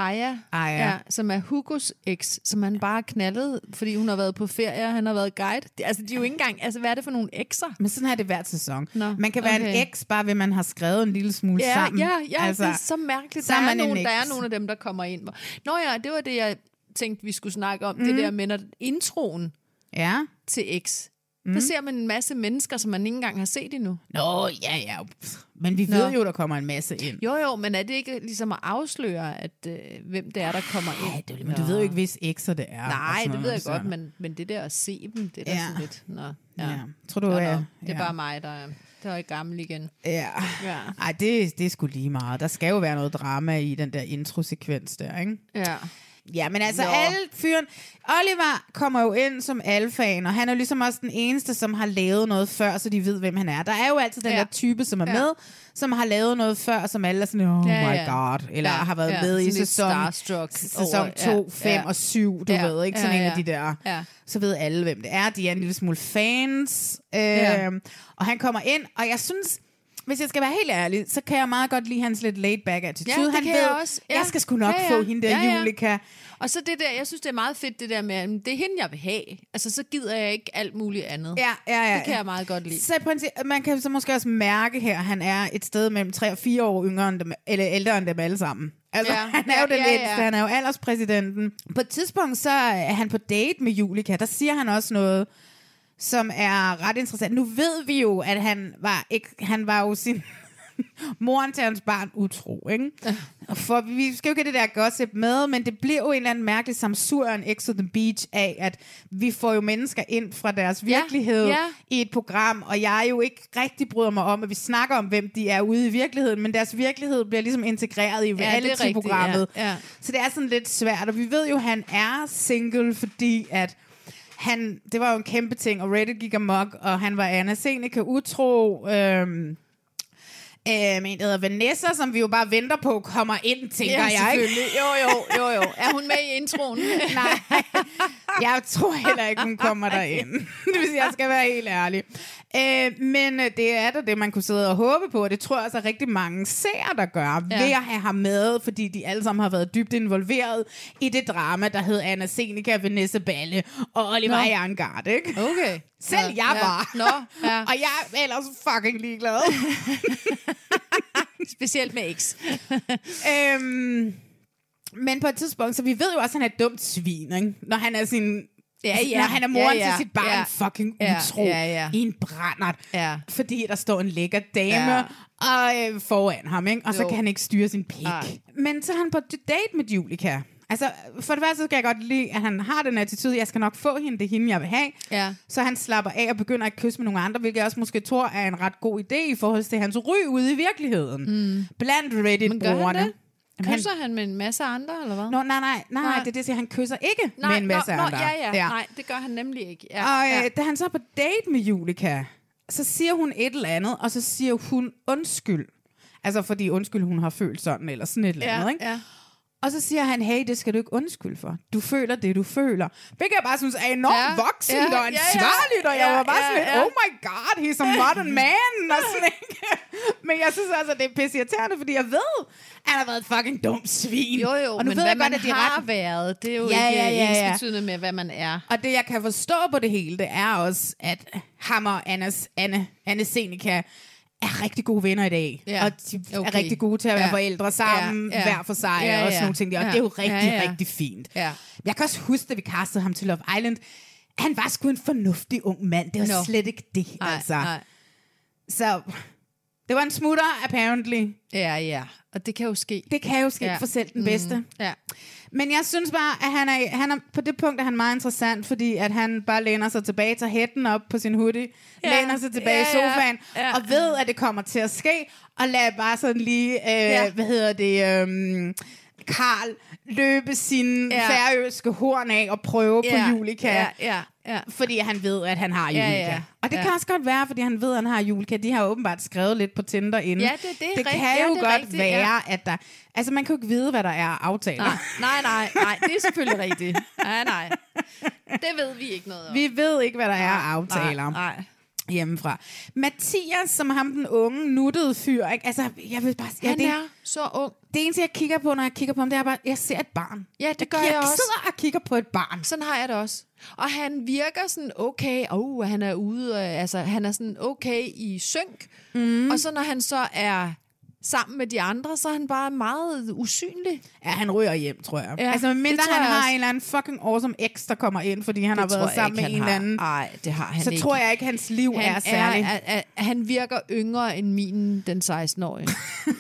Speaker 5: Aya, som er Hugos eks, som han bare knaldede, fordi hun har været på ferie, og han har været guide. De er jo ikke engang, hvad er det for nogle ekser?
Speaker 4: Men sådan er det hvert sæson. Man kan være en eks, bare ved man har skrevet en lille smule sammen.
Speaker 5: Ja, altså, det er så mærkeligt. Der er nogle af dem, der kommer ind. Nå ja, det var det, jeg tænkte, vi skulle snakke om. Det der med introen til eks. Der ser man en masse mennesker, som man ikke engang har set endnu.
Speaker 4: Nå, ja. Men vi ved jo, der kommer en masse ind.
Speaker 5: Jo, men er det ikke ligesom at afsløre, at hvem det er, der kommer ind?
Speaker 4: Men du ved jo ikke, hvis ekser det er.
Speaker 5: Nej, det ved jeg godt, men det der at se dem, det er da sådan lidt...
Speaker 4: Tror du,
Speaker 5: det er bare mig, der er gammel igen.
Speaker 4: Ja. Ej, det er sgu lige meget. Der skal jo være noget drama i den der introsekvens der, ikke?
Speaker 5: Ja.
Speaker 4: Ja, men altså alle fyren... Oliver kommer jo ind som alfaen, og han er jo ligesom også den eneste, som har lavet noget før, så de ved, hvem han er. Der er jo altid den der type, som er med, som har lavet noget før, som alle er sådan, my god, eller har været med i sæson 2, 5 og 7, du ved, ikke? Sådan en af de der. Ja. Så ved alle, hvem det er. De er en lille smule fans. Og han kommer ind, og jeg synes... Hvis jeg skal være helt ærlig, så kan jeg meget godt lide hans lidt laid-back attitude.
Speaker 5: Ja, han ved, jeg også.
Speaker 4: Jeg skal sgu nok få hende der Julika.
Speaker 5: Og så det der, jeg synes, det er meget fedt, det der med, at det er hende, jeg vil have. Altså, så gider jeg ikke alt muligt andet.
Speaker 4: Ja.
Speaker 5: Det kan jeg meget godt lide.
Speaker 4: Så man kan så måske også mærke her, at han er et sted mellem 3 og 4 år yngre end dem, eller ældre end dem alle sammen. Altså, han er jo den ældste, han er jo alderspræsidenten. På et tidspunkt, så er han på date med Julika. Der siger han også noget, som er ret interessant. Nu ved vi jo, at han var jo sin moren til hans barn utro, ikke? For vi skal jo ikke have det der gossip med, men det bliver jo en eller anden mærkelig samsur en Ex on the Beach af, at vi får jo mennesker ind fra deres virkelighed i et program, og jeg jo ikke rigtig bryder mig om, at vi snakker om, hvem de er ude i virkeligheden, men deres virkelighed bliver ligesom integreret i reality-programmet. Ja. Så det er sådan lidt svært, og vi ved jo, at han er single, fordi at det var jo en kæmpe ting, og Reddit gik amok, og han var Anna Seneca utro. En, der hedder Vanessa, som vi jo bare venter på, kommer ind, tænker jeg.
Speaker 5: Selvfølgelig. Jo. Er hun med i introen?
Speaker 4: Nej, jeg tror heller ikke, hun kommer derind. Hvis jeg skal være helt ærlig. Men det er da det, man kunne sidde og håbe på, og det tror jeg også, at rigtig mange seere, der gør, ved at have ham med, fordi de alle sammen har været dybt involveret i det drama, der hed Anna Seneca, Vanessa Balle og Oliver Jarngard, ikke?
Speaker 5: Okay.
Speaker 4: Selv jeg var. Og jeg er ellers fucking ligeglad.
Speaker 5: Specielt med X.
Speaker 4: Men på et tidspunkt, så vi ved jo også, at han er et dumt svin, ikke? Når han er sin... Når han er moren til sit barn fucking utro i en brændert. Fordi der står en lækker dame foran ham, ikke? Og så kan han ikke styre sin pik. Men så er han på date med Julika. Altså, for det første skal jeg godt lide, at han har den attitude, jeg skal nok få hende, det er hende, jeg vil have. Ja. Så han slapper af og begynder at kysse med nogle andre, hvilket jeg også måske tror er en ret god idé i forhold til hans ryg ude i virkeligheden. Blandt Reddit-brugerne.
Speaker 5: Kysser han med en masse andre, eller hvad?
Speaker 4: Nej, det er det, han kysser ikke med en masse andre.
Speaker 5: Nej, det gør han nemlig ikke.
Speaker 4: Da han så er på date med Julika, så siger hun et eller andet, og så siger hun undskyld. Altså fordi undskyld, hun har følt sådan, eller sådan et eller andet, ikke? Ja. Og så siger han, hey, det skal du ikke undskylde for. Du føler det, du føler. Hvilket jeg bare synes er enormt voksent og ansvarligt, og jeg var bare sådan lidt, oh my god, he's a modern man. Og sådan, ikke? Men jeg synes altså, det er pisseirriterende, fordi jeg ved, at han har været et fucking dumt svin.
Speaker 5: Jo,
Speaker 4: og nu
Speaker 5: men
Speaker 4: ved
Speaker 5: hvad
Speaker 4: jeg godt,
Speaker 5: man
Speaker 4: at de
Speaker 5: har været, det er jo ikke ensbetydende med, hvad man er.
Speaker 4: Og det, jeg kan forstå på det hele, det er også, at ham og Anne Seneca er rigtig gode venner i dag. Ja. Og de er rigtig gode til at være forældre sammen, hver for sig, og sådan nogle ting. Og det er jo rigtig fint. Ja. Jeg kan også huske, da vi castede ham til Love Island, han var sgu en fornuftig ung mand. Det var slet ikke det, altså. Nej. Så det var en smutter, apparently.
Speaker 5: Ja. Og det kan jo ske.
Speaker 4: Det kan jo ske for selv den bedste.
Speaker 5: Ja.
Speaker 4: Men jeg synes bare, at han er på det punkt, er han meget interessant, fordi at han bare læner sig tilbage, tager hætten op på sin hoodie, læner sig tilbage i sofaen, og ved, at det kommer til at ske, og lader bare sådan lige, Karl løbe sin færøske horn af og prøve på Julika. Fordi han ved, at han har Julika. Og det kan også godt være, fordi han ved, at han har Julika. De har åbenbart skrevet lidt på Tinder inden.
Speaker 5: Ja, det
Speaker 4: kan jo godt være, at der... Altså, man kan jo ikke vide, hvad der er aftaler.
Speaker 5: Nej, det er selvfølgelig rigtigt. Nej. Det ved vi ikke noget om.
Speaker 4: Vi ved ikke, hvad der er aftaler.
Speaker 5: Nej.
Speaker 4: Hjemmefra. Mathias, som ham den unge, nuttede fyr, ikke? Altså, jeg vil bare...
Speaker 5: Han er så ung.
Speaker 4: Det eneste, jeg kigger på, når jeg kigger på ham, det er bare, jeg ser et barn.
Speaker 5: Ja, det gør jeg også.
Speaker 4: Jeg sidder og kigger på et barn.
Speaker 5: Sådan har jeg det også. Og han virker sådan okay. Han er ude, altså han er sådan okay i synk. Og så når han så er sammen med de andre, så er han bare meget usynlig.
Speaker 4: Ja, han ryger hjem, tror jeg. Ja, altså, mindre han har en eller anden fucking awesome ex, der kommer ind, fordi han har været sammen med en eller anden.
Speaker 5: Nej, det har han
Speaker 4: så
Speaker 5: ikke.
Speaker 4: tror jeg ikke, hans liv er særlig.
Speaker 5: Han virker yngre end min, den 16-årige.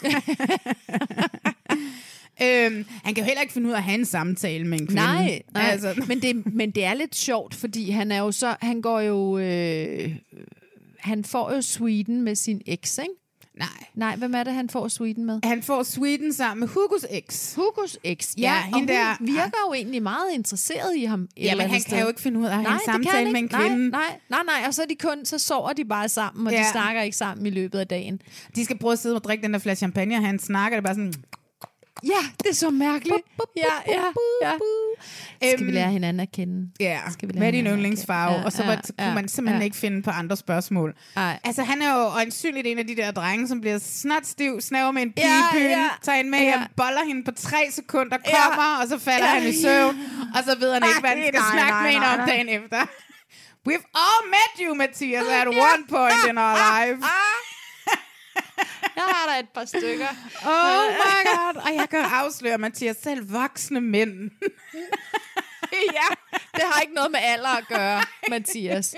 Speaker 4: Han kan jo heller ikke finde ud af at have en samtale med en kvinde.
Speaker 5: Nej. Altså. Men det er lidt sjovt, fordi han er jo så, han går jo, han får jo Sweden med sin ex, ikke? Nej, hvem er det, han får Sweden med?
Speaker 4: Han får Sweden sammen med Hugos ex.
Speaker 5: Hugos ex,
Speaker 4: ja.
Speaker 5: Og hun virker jo egentlig meget interesseret i ham.
Speaker 4: Ja, men han kan jo ikke finde ud af at have en samtale med en kvinde.
Speaker 5: Nej, og så sover de bare sammen, og de snakker ikke sammen i løbet af dagen.
Speaker 4: De skal prøve at sidde og drikke den der flaske champagne, og han snakker det bare sådan...
Speaker 5: Ja, det er så mærkeligt. Ja. Skal vi lære hinanden at kende?
Speaker 4: Ja, hvad er din yndlingsfarve? Og så kunne man simpelthen ikke finde på andre spørgsmål. Altså, han er jo øjensynligt en af de der drenge, som bliver snart stiv, snaver med en pigepyn, tager hende med hjem, boller hende på 3 sekunder, kommer, og så falder han i søvn, og så ved han ikke, hvad han skal snakke med hende om dagen efter. We've all met you, Mathias, at one point in our life.
Speaker 5: Jeg har da et par stykker.
Speaker 4: Oh my god. Og jeg kan afsløre, Mathias, selv voksne mænd.
Speaker 5: Ja, det har ikke noget med alder at gøre, Mathias.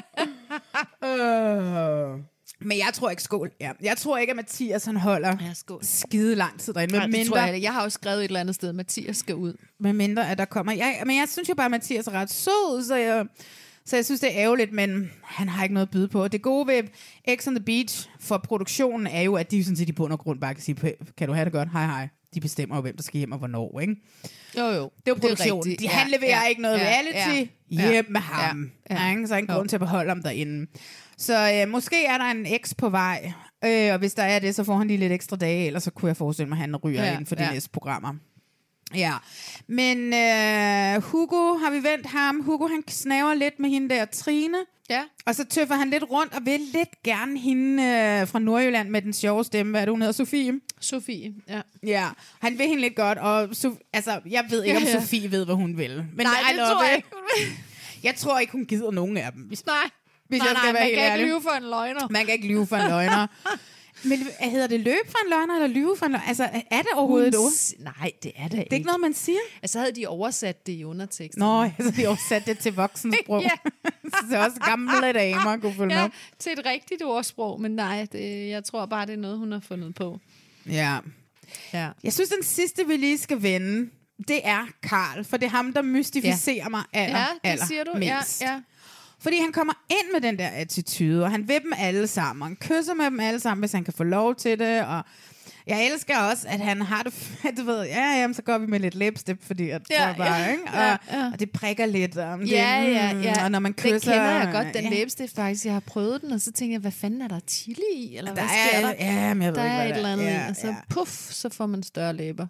Speaker 4: Men jeg tror ikke, skål. Ja. Jeg tror ikke, at Mathias han holder skide lang tid derinde.
Speaker 5: Det tror jeg har jo skrevet et eller andet sted, at Mathias skal ud.
Speaker 4: Med mindre, at der kommer... Men jeg synes jo bare, at Mathias er ret sød, så jeg synes, det er ærgerligt, men han har ikke noget at byde på. Det gode ved X on the Beach for produktionen er jo, at de sådan set i bund og grund bare kan sige, kan du have det godt? Hej. De bestemmer jo, hvem der skal hjem og hvornår, ikke?
Speaker 5: Jo.
Speaker 4: Det er jo produktionen. Han leverer ikke noget reality. Hjem med ham. Ja. Så er ingen grund til at beholde ham derinde. Så måske er der en X på vej, og hvis der er det, så får han lige lidt ekstra dage, eller så kunne jeg forestille mig, at han ryger ind for de næste programmer. Ja, men Hugo, har vi vendt ham? Hugo, han snaver lidt med hende der, Trine.
Speaker 5: Ja.
Speaker 4: Og så tøffer han lidt rundt og vil lidt gerne hende fra Nordjylland med den sjove stemme. Hvad er det, hun hedder?
Speaker 5: Sofie, ja.
Speaker 4: Ja, han vil hende lidt godt, og jeg ved ikke, om Sofie ved, hvad hun vil. Men
Speaker 5: nej, det tror jeg ikke, hun vil.
Speaker 4: Jeg tror ikke, hun gider nogen af dem.
Speaker 5: Nej, man kan ikke lyve for en løgner.
Speaker 4: Man kan ikke lyve for en løgner. Men hedder det løb fra en løgner, eller lyve fra en løgner? Altså, er det overhovedet et ord?
Speaker 5: Nej, det er det ikke.
Speaker 4: Det er ikke noget, man siger?
Speaker 5: Altså, havde de oversat det i underteksten.
Speaker 4: Nå, altså, de oversat det til voksensprog. Så også gamle damer kunne følge med.
Speaker 5: Til et rigtigt ordsprog, men nej, jeg tror bare, det er noget, hun har fundet på.
Speaker 4: Ja. Jeg synes, den sidste, vi lige skal vende, det er Karl, for det er ham, der mystificerer mig allermest. Ja. Fordi han kommer ind med den der attitude, og han vil dem alle sammen, og han kysser med dem alle sammen, hvis han kan få lov til det, og jeg elsker også, at han har det, du ved, så går vi med lidt læbestift, fordi at og det prikker lidt. Og når man kysser...
Speaker 5: Det kender jeg godt, den læbestift faktisk. Jeg har prøvet den, og så tænker jeg, hvad fanden er der chili i? Eller hvad sker der?
Speaker 4: Ja, men jeg ved
Speaker 5: der
Speaker 4: ikke,
Speaker 5: er
Speaker 4: hvad
Speaker 5: et eller andet i, og så puff, så får man større læber.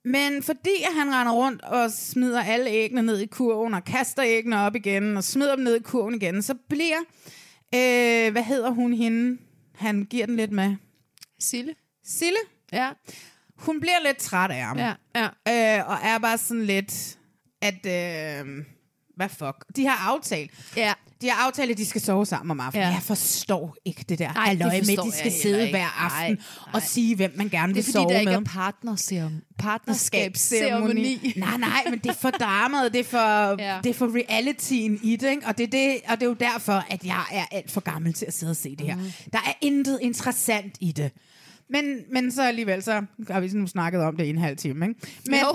Speaker 4: Men fordi at han render rundt og smider alle æggene ned i kurven, og kaster æggene op igen, og smider dem ned i kurven igen, så bliver, hvad hedder hun hende? Han giver den lidt med. Sille?
Speaker 5: Ja.
Speaker 4: Hun bliver lidt træt af ham.
Speaker 5: Ja.
Speaker 4: Og er bare sådan lidt, at, hvad fuck? De har aftalt.
Speaker 5: Ja.
Speaker 4: De har aftalt, at de skal sove sammen om aftenen. Ja. Jeg forstår ikke det der halløj med, at de skal sidde hver aften og sige, hvem man gerne vil sove med.
Speaker 5: Det er fordi, der ikke er partnerskabsceremoni.
Speaker 4: Nej, men det er for dramet, det er for realityen i det, ikke? Og det er jo derfor, at jeg er alt for gammel til at sidde og se det her. Der er intet interessant i det. Men så alligevel, så har vi nu snakket om det i en halv time, ikke?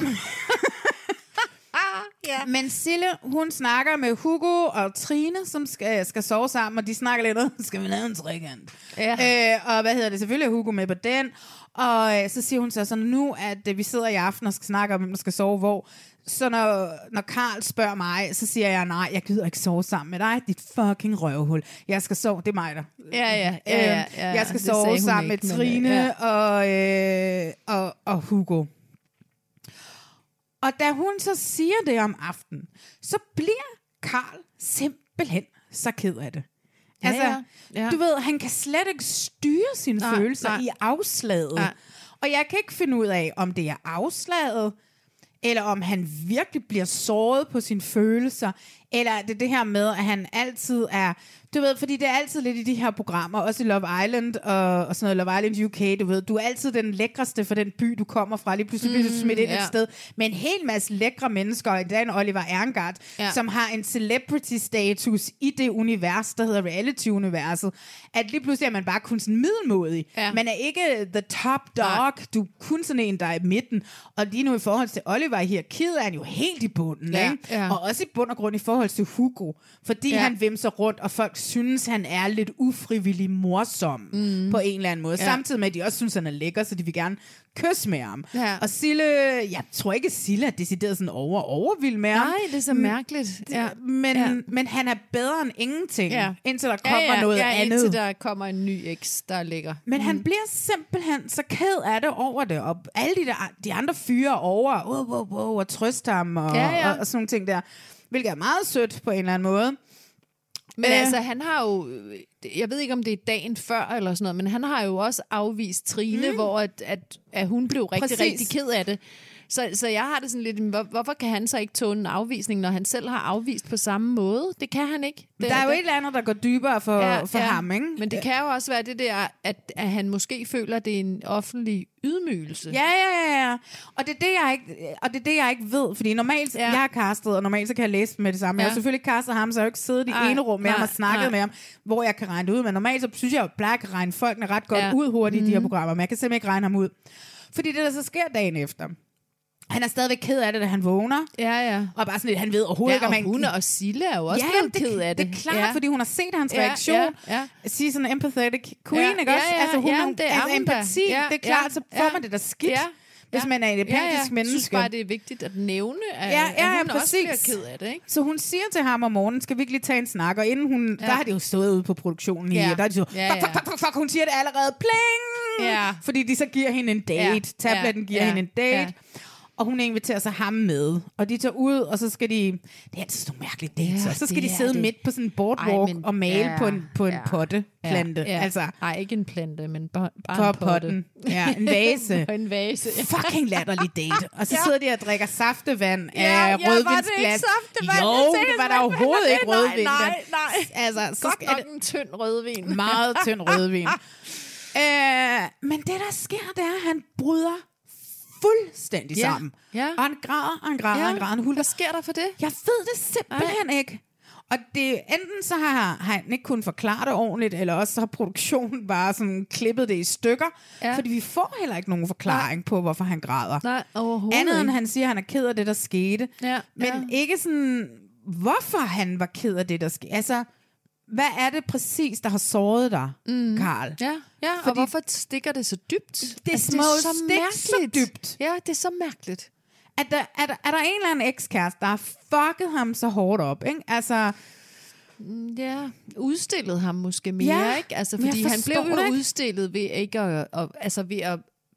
Speaker 4: Men Sille, hun snakker med Hugo og Trine, som skal sove sammen, og de snakker lidt om, skal vi lave en trekant? Ja. Og hvad hedder det? Selvfølgelig er Hugo med på den. Og så siger hun så sådan, nu at vi sidder i aften og skal snakke om, hvem der skal sove hvor. Så når Karl spørger mig, så siger jeg, nej, jeg gider ikke sove sammen med dig, dit fucking røvhul. Jeg skal sove, det er mig der.
Speaker 5: Ja.
Speaker 4: Jeg skal sove sammen med Trine og Hugo. Og da hun så siger det om aftenen, så bliver Karl simpelthen så ked af det. Altså, du ved, han kan slet ikke styre sine følelser i afslaget. Ja. Og jeg kan ikke finde ud af, om det er afslaget, eller om han virkelig bliver såret på sine følelser, eller er det her med, at han altid er, du ved, fordi det er altid lidt i de her programmer, også i Love Island og sådan noget, Love Island UK, du ved, du er altid den lækreste for den by, du kommer fra, lige pludselig bliver du smidt ind et sted med en hel masse lækre mennesker, og i dag Oliver Erngard, som har en celebrity-status i det univers, der hedder reality-universet, at lige pludselig er man bare kun sådan middelmådig. Ja. Man er ikke the top dog, du er kun sådan en, der er i midten, og lige nu i forhold til Oliver her, er han jo helt i bunden, ikke? Ja. Og også i bund og grund i forhold til Hugo, fordi han vimser rundt, og folk synes, han er lidt ufrivillig morsom på en eller anden måde. Samtidig med, at de også synes, han er lækker, så de vil gerne kysse med ham. Ja. Og Sille, jeg tror ikke, Sille er decideret sådan overvild med ham.
Speaker 5: Nej, det er så mærkeligt.
Speaker 4: Men han er bedre end ingenting, indtil der kommer noget andet.
Speaker 5: Indtil der kommer en ny eks, der ligger.
Speaker 4: Men han bliver simpelthen så ked af det over det, og alle de andre fyre over, og trøster ham, og sådan nogle ting der. Hvilket er meget sødt på en eller anden måde.
Speaker 5: Men altså, han har jo, jeg ved ikke, om det er dagen før eller sådan noget, men han har jo også afvist Trine, hvor at hun blev rigtig ked af det. Så jeg har det sådan lidt, hvorfor kan han så ikke tåle en afvisning, når han selv har afvist på samme måde? Det kan han ikke.
Speaker 4: Der er jo et eller andet, der går dybere for ham, ikke?
Speaker 5: Men det kan jo også være det der, at han måske føler, at det er en offentlig ydmygelse.
Speaker 4: Ja. Og det er det, jeg ikke ved. Fordi normalt, jeg har castet, og normalt så kan jeg læse med det samme. Jeg har selvfølgelig castet ham, så jeg har jo ikke siddet i ene rum med ham og snakket med ham, hvor jeg kan regne det ud. Men normalt så synes jeg jo, at jeg kan regne folkene ret godt ud hurtigt i de her programmer. Men jeg kan simpelthen ikke regne ham ud. Fordi det, der så sker dagen efter, han er stadigvæk ked af det, da han vågner.
Speaker 5: Ja.
Speaker 4: Og bare sådan lidt, han ved overhovedet ikke, om han...
Speaker 5: hun og Sille er jo også blevet ked af det.
Speaker 4: Det er klart, fordi hun har set hans reaktion. Sige sådan en empathetic queen, ikke også? Altså, hun har empati. Det er klart, så får man det der skidt. Hvis man er et empatisk menneske.
Speaker 5: Jeg synes bare, det er vigtigt at nævne, at hun også bliver ked af det. Ikke?
Speaker 4: Så hun siger til ham om morgenen, skal vi ikke lige tage en snak? Og inden hun... Der har de jo stået ude på produktionen i, og der er de så... Fuck, hun siger det allerede. Pling! Fordi de så giver hende en date. Tabletten giver hende en date. Og hun inviterer så ham med. Og de tager ud, og så skal de... Det er altid sådan nogle mærkelige dates. Så skal de sidde midt på sådan en boardwalk og male på en potteplante. Altså,
Speaker 5: nej, ikke en plante, men bare en potte.
Speaker 4: Ja, en vase.
Speaker 5: En vase.
Speaker 4: Fucking latterlig date. Og så sidder de og drikker saftevand af rødvinsglas.
Speaker 5: Var det ikke saftevand?
Speaker 4: Jo, det var der overhovedet ikke rødvin.
Speaker 5: Nej.
Speaker 4: Altså,
Speaker 5: så godt nok en tynd rødvin.
Speaker 4: Meget tynd rødvin. Men det, der sker, det er, at han bryder fuldstændig sammen. Og han græder.
Speaker 5: Hvad sker der for det?
Speaker 4: Jeg ved det simpelthen ikke. Og det, enten så har han ikke kunnet forklare det ordentligt, eller også så har produktionen bare sådan klippet det i stykker. Fordi vi får heller ikke nogen forklaring på, hvorfor han græder.
Speaker 5: Nej, overhovedet
Speaker 4: andet end han siger, at han er ked af det, der skete. Men ikke sådan, hvorfor han var ked af det, der skete. Altså, hvad er det præcis, der har såret dig, Karl?
Speaker 5: Ja, og hvorfor stikker det så dybt?
Speaker 4: Det er så dybt.
Speaker 5: Ja, det er så mærkeligt.
Speaker 4: Er der en eller anden ekskæreste, der har fucket ham så hårdt op, ikke? Altså...
Speaker 5: Ja, udstillet ham måske mere, ikke? Altså, fordi han blev jo udstillet ved ikke ved at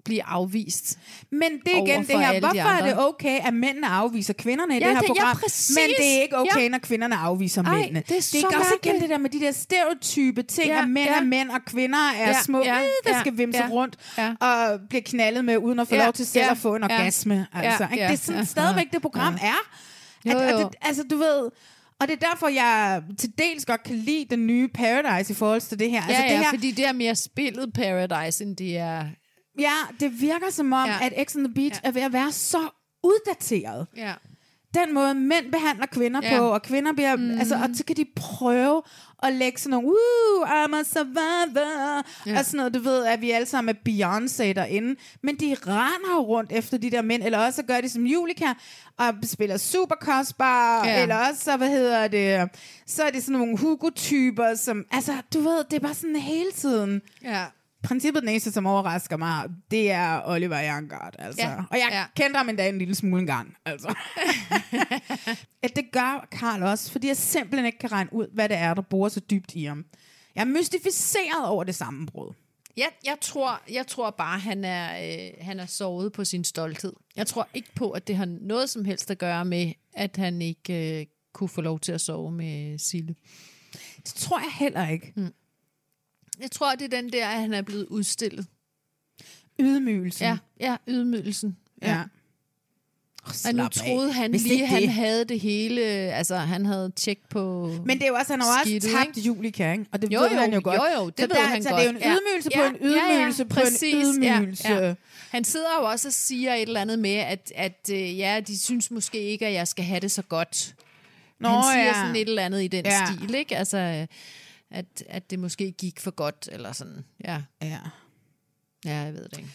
Speaker 5: blive afvist.
Speaker 4: Men det er igen det her, hvorfor er det okay, at mændene afviser kvinderne i det her program, men det er ikke okay, når kvinderne afviser mændene.
Speaker 5: Det er også
Speaker 4: igen det der med de der stereotype ting, at mænd er mænd, og kvinder er små, der skal vimse rundt og blive knaldet med, uden at få lov til selv at få en orgasme. Altså, det er sådan stadigvæk det program er. Altså, du ved... Og det er derfor, jeg til dels godt kan lide den nye Paradise i forhold til det her. Altså, det her,
Speaker 5: fordi det er mere spillet Paradise, end det er...
Speaker 4: Ja, det virker som om, at Ex on the Beach er ved at være så uddateret. Ja. Den måde, mænd behandler kvinder på, og kvinder bliver... Altså, og så kan de prøve at lægge sådan nogle... I'm a survivor. Og sådan noget, du ved, at vi alle sammen er Beyoncé derinde. Men de render rundt efter de der mænd, eller også så gør de som Julika, og spiller super kostbar, eller også så, så er det sådan nogle Hugo-typer, som... Altså, du ved, det er bare sådan hele tiden... Ja. Princippet den eneste, som overrasker mig, det er Oliver Jørgengaard, altså. Ja. Og jeg kendte ham endda en lille smule engang, altså. At det gør Karl også, fordi jeg simpelthen ikke kan regne ud, hvad det er, der bor så dybt i ham. Jeg er mystificeret over det sammenbrud.
Speaker 5: Ja, jeg tror bare, han er sovet på sin stolthed. Jeg tror ikke på, at det har noget som helst at gøre med, at han ikke kunne få lov til at sove med Sille.
Speaker 4: Det tror jeg heller ikke.
Speaker 5: Jeg tror, det er den der, at han er blevet udstillet.
Speaker 4: Ydmygelsen.
Speaker 5: Ja, ydmygelsen. Ja. Og nu troede han
Speaker 4: hvis
Speaker 5: lige, han havde det hele. Altså, han havde tjek på.
Speaker 4: Men det er jo også, han har også tabt Julika, ikke? Og det ved han jo godt.
Speaker 5: Jo, det ved han godt.
Speaker 4: Så det er jo en ydmygelse på en ydmygelse på en ydmygelse.
Speaker 5: Ja. Han sidder jo også og siger et eller andet med, at de synes måske ikke, at jeg skal have det så godt. Han siger sådan et eller andet i den stil, ikke? Altså... At det måske gik for godt, eller sådan. Ja, jeg ved det ikke.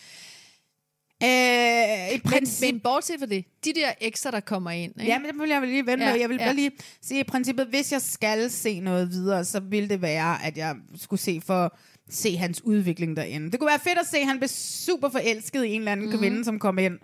Speaker 5: Men bortset for det, de der ekstra, der kommer ind. Ikke?
Speaker 4: Ja, men det vil jeg lige vente med. Jeg vil bare lige sige, i princippet, hvis jeg skal se noget videre, så vil det være, at jeg skulle se hans udvikling derinde. Det kunne være fedt at se, at han blev super forelsket i en eller anden kvinde, som kom ind.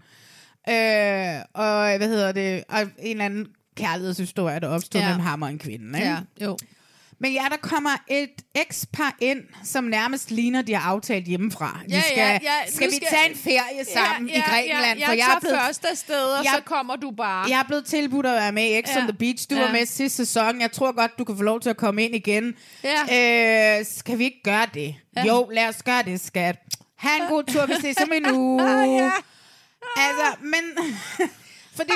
Speaker 4: Og en eller anden kærlighedshistorie, der opstod mellem ham og en kvinde. Ikke?
Speaker 5: Ja, jo.
Speaker 4: Men der kommer et eks-par ind, som nærmest ligner, de har aftalt hjemmefra. Skal vi tage en ferie sammen i Grækenland?
Speaker 5: Jeg tager først afsted, og så kommer du bare.
Speaker 4: Jeg er blevet tilbudt at være med i Ex on the Beach. Du var med sidste sæson. Jeg tror godt, du kan få lov til at komme ind igen. Skal vi ikke gøre det? Jo, lad os gøre det, skat. Ha' en god tur, vi ses om en uge. Altså, men... fordi...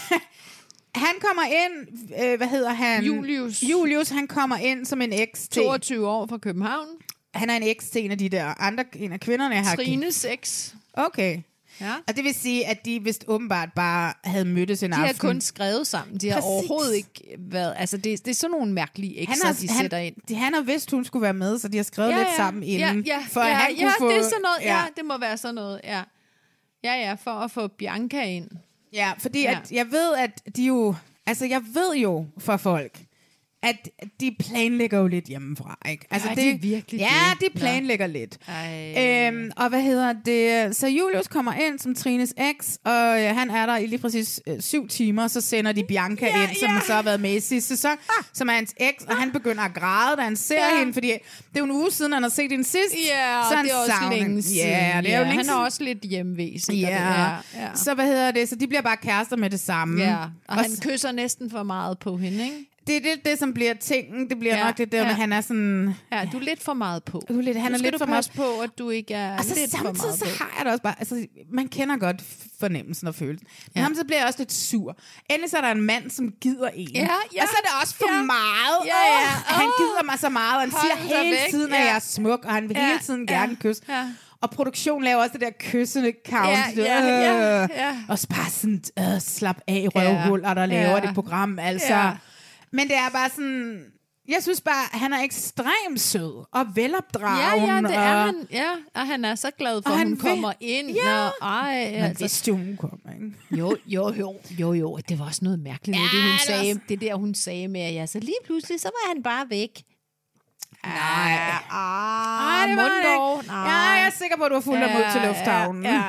Speaker 4: Han kommer ind, hvad hedder han? Julius, han kommer ind som en eks til...
Speaker 5: 22 år fra København.
Speaker 4: Han er en eks til en af kvinderne, jeg har...
Speaker 5: Trines eks.
Speaker 4: Okay. Ja. Og det vil sige, at de vist åbenbart bare havde mødtes en aften.
Speaker 5: De har kun skrevet sammen. De har overhovedet ikke været... Altså, det er sådan nogle mærkelige ekser, de sætter ind.
Speaker 4: Han har vidst, hun skulle være med, så de har skrevet lidt sammen inden. For at han kunne få...
Speaker 5: det er sådan noget. Ja, det må være sådan noget. Ja, for at få Bianca ind.
Speaker 4: Ja, fordi at jeg ved, at de jo... Altså, jeg ved jo for folk, at de planlægger jo lidt hjemmefra, ikke? Altså,
Speaker 5: det er virkelig
Speaker 4: de planlægger lidt. Og hvad hedder det? Så Julius kommer ind som Trines eks, og han er der i lige præcis 7 timer, så sender de Bianca ind, som så har været med i sidste sæson, som er hans eks, og han begynder at græde, da han ser hende, fordi det er jo en uge siden, han har set hende sidst.
Speaker 5: Ja,
Speaker 4: så
Speaker 5: det er også længe siden.
Speaker 4: Ja, det er jo længe
Speaker 5: han er også lidt hjemvæsen.
Speaker 4: Ja. Så hvad hedder det? Så de bliver bare kærester med det samme.
Speaker 5: Ja, og han kysser næsten for meget på hende, ikke?
Speaker 4: Det er det, som bliver tingen. Det bliver nok det der, med han er sådan...
Speaker 5: Ja, du er lidt for meget på.
Speaker 4: Han er lidt for meget
Speaker 5: på, at du ikke er lidt for meget på. Og
Speaker 4: så har jeg det også bare... Altså, man kender godt fornemmelsen og følelsen. Men så bliver jeg også lidt sur. Endelig så er der en mand, som gider en.
Speaker 5: Ja.
Speaker 4: Og så er det også for meget. Han gider mig så meget, og han siger hele tiden, at jeg er smuk, og han vil hele tiden gerne kysse. Ja. Og produktionen laver også det der kyssende count. Og så bare sådan, slap af røvhuller, der laver det program. Altså... Men det er bare sådan... Jeg synes bare, at han er ekstremt sød og velopdragen.
Speaker 5: Ja, det er han. Ja, og han er så glad for, at hun kommer ind.
Speaker 4: Ja. Man vidste jo, hun kommer, ikke?
Speaker 5: Jo. Det var også noget mærkeligt. Det, hun sagde, det der, hun sagde med, så lige pludselig, så var han bare væk.
Speaker 4: Nej, det var det ikke. Ja, jeg er sikker på, at du har fulgt ham ud til lufthavnen. Ja.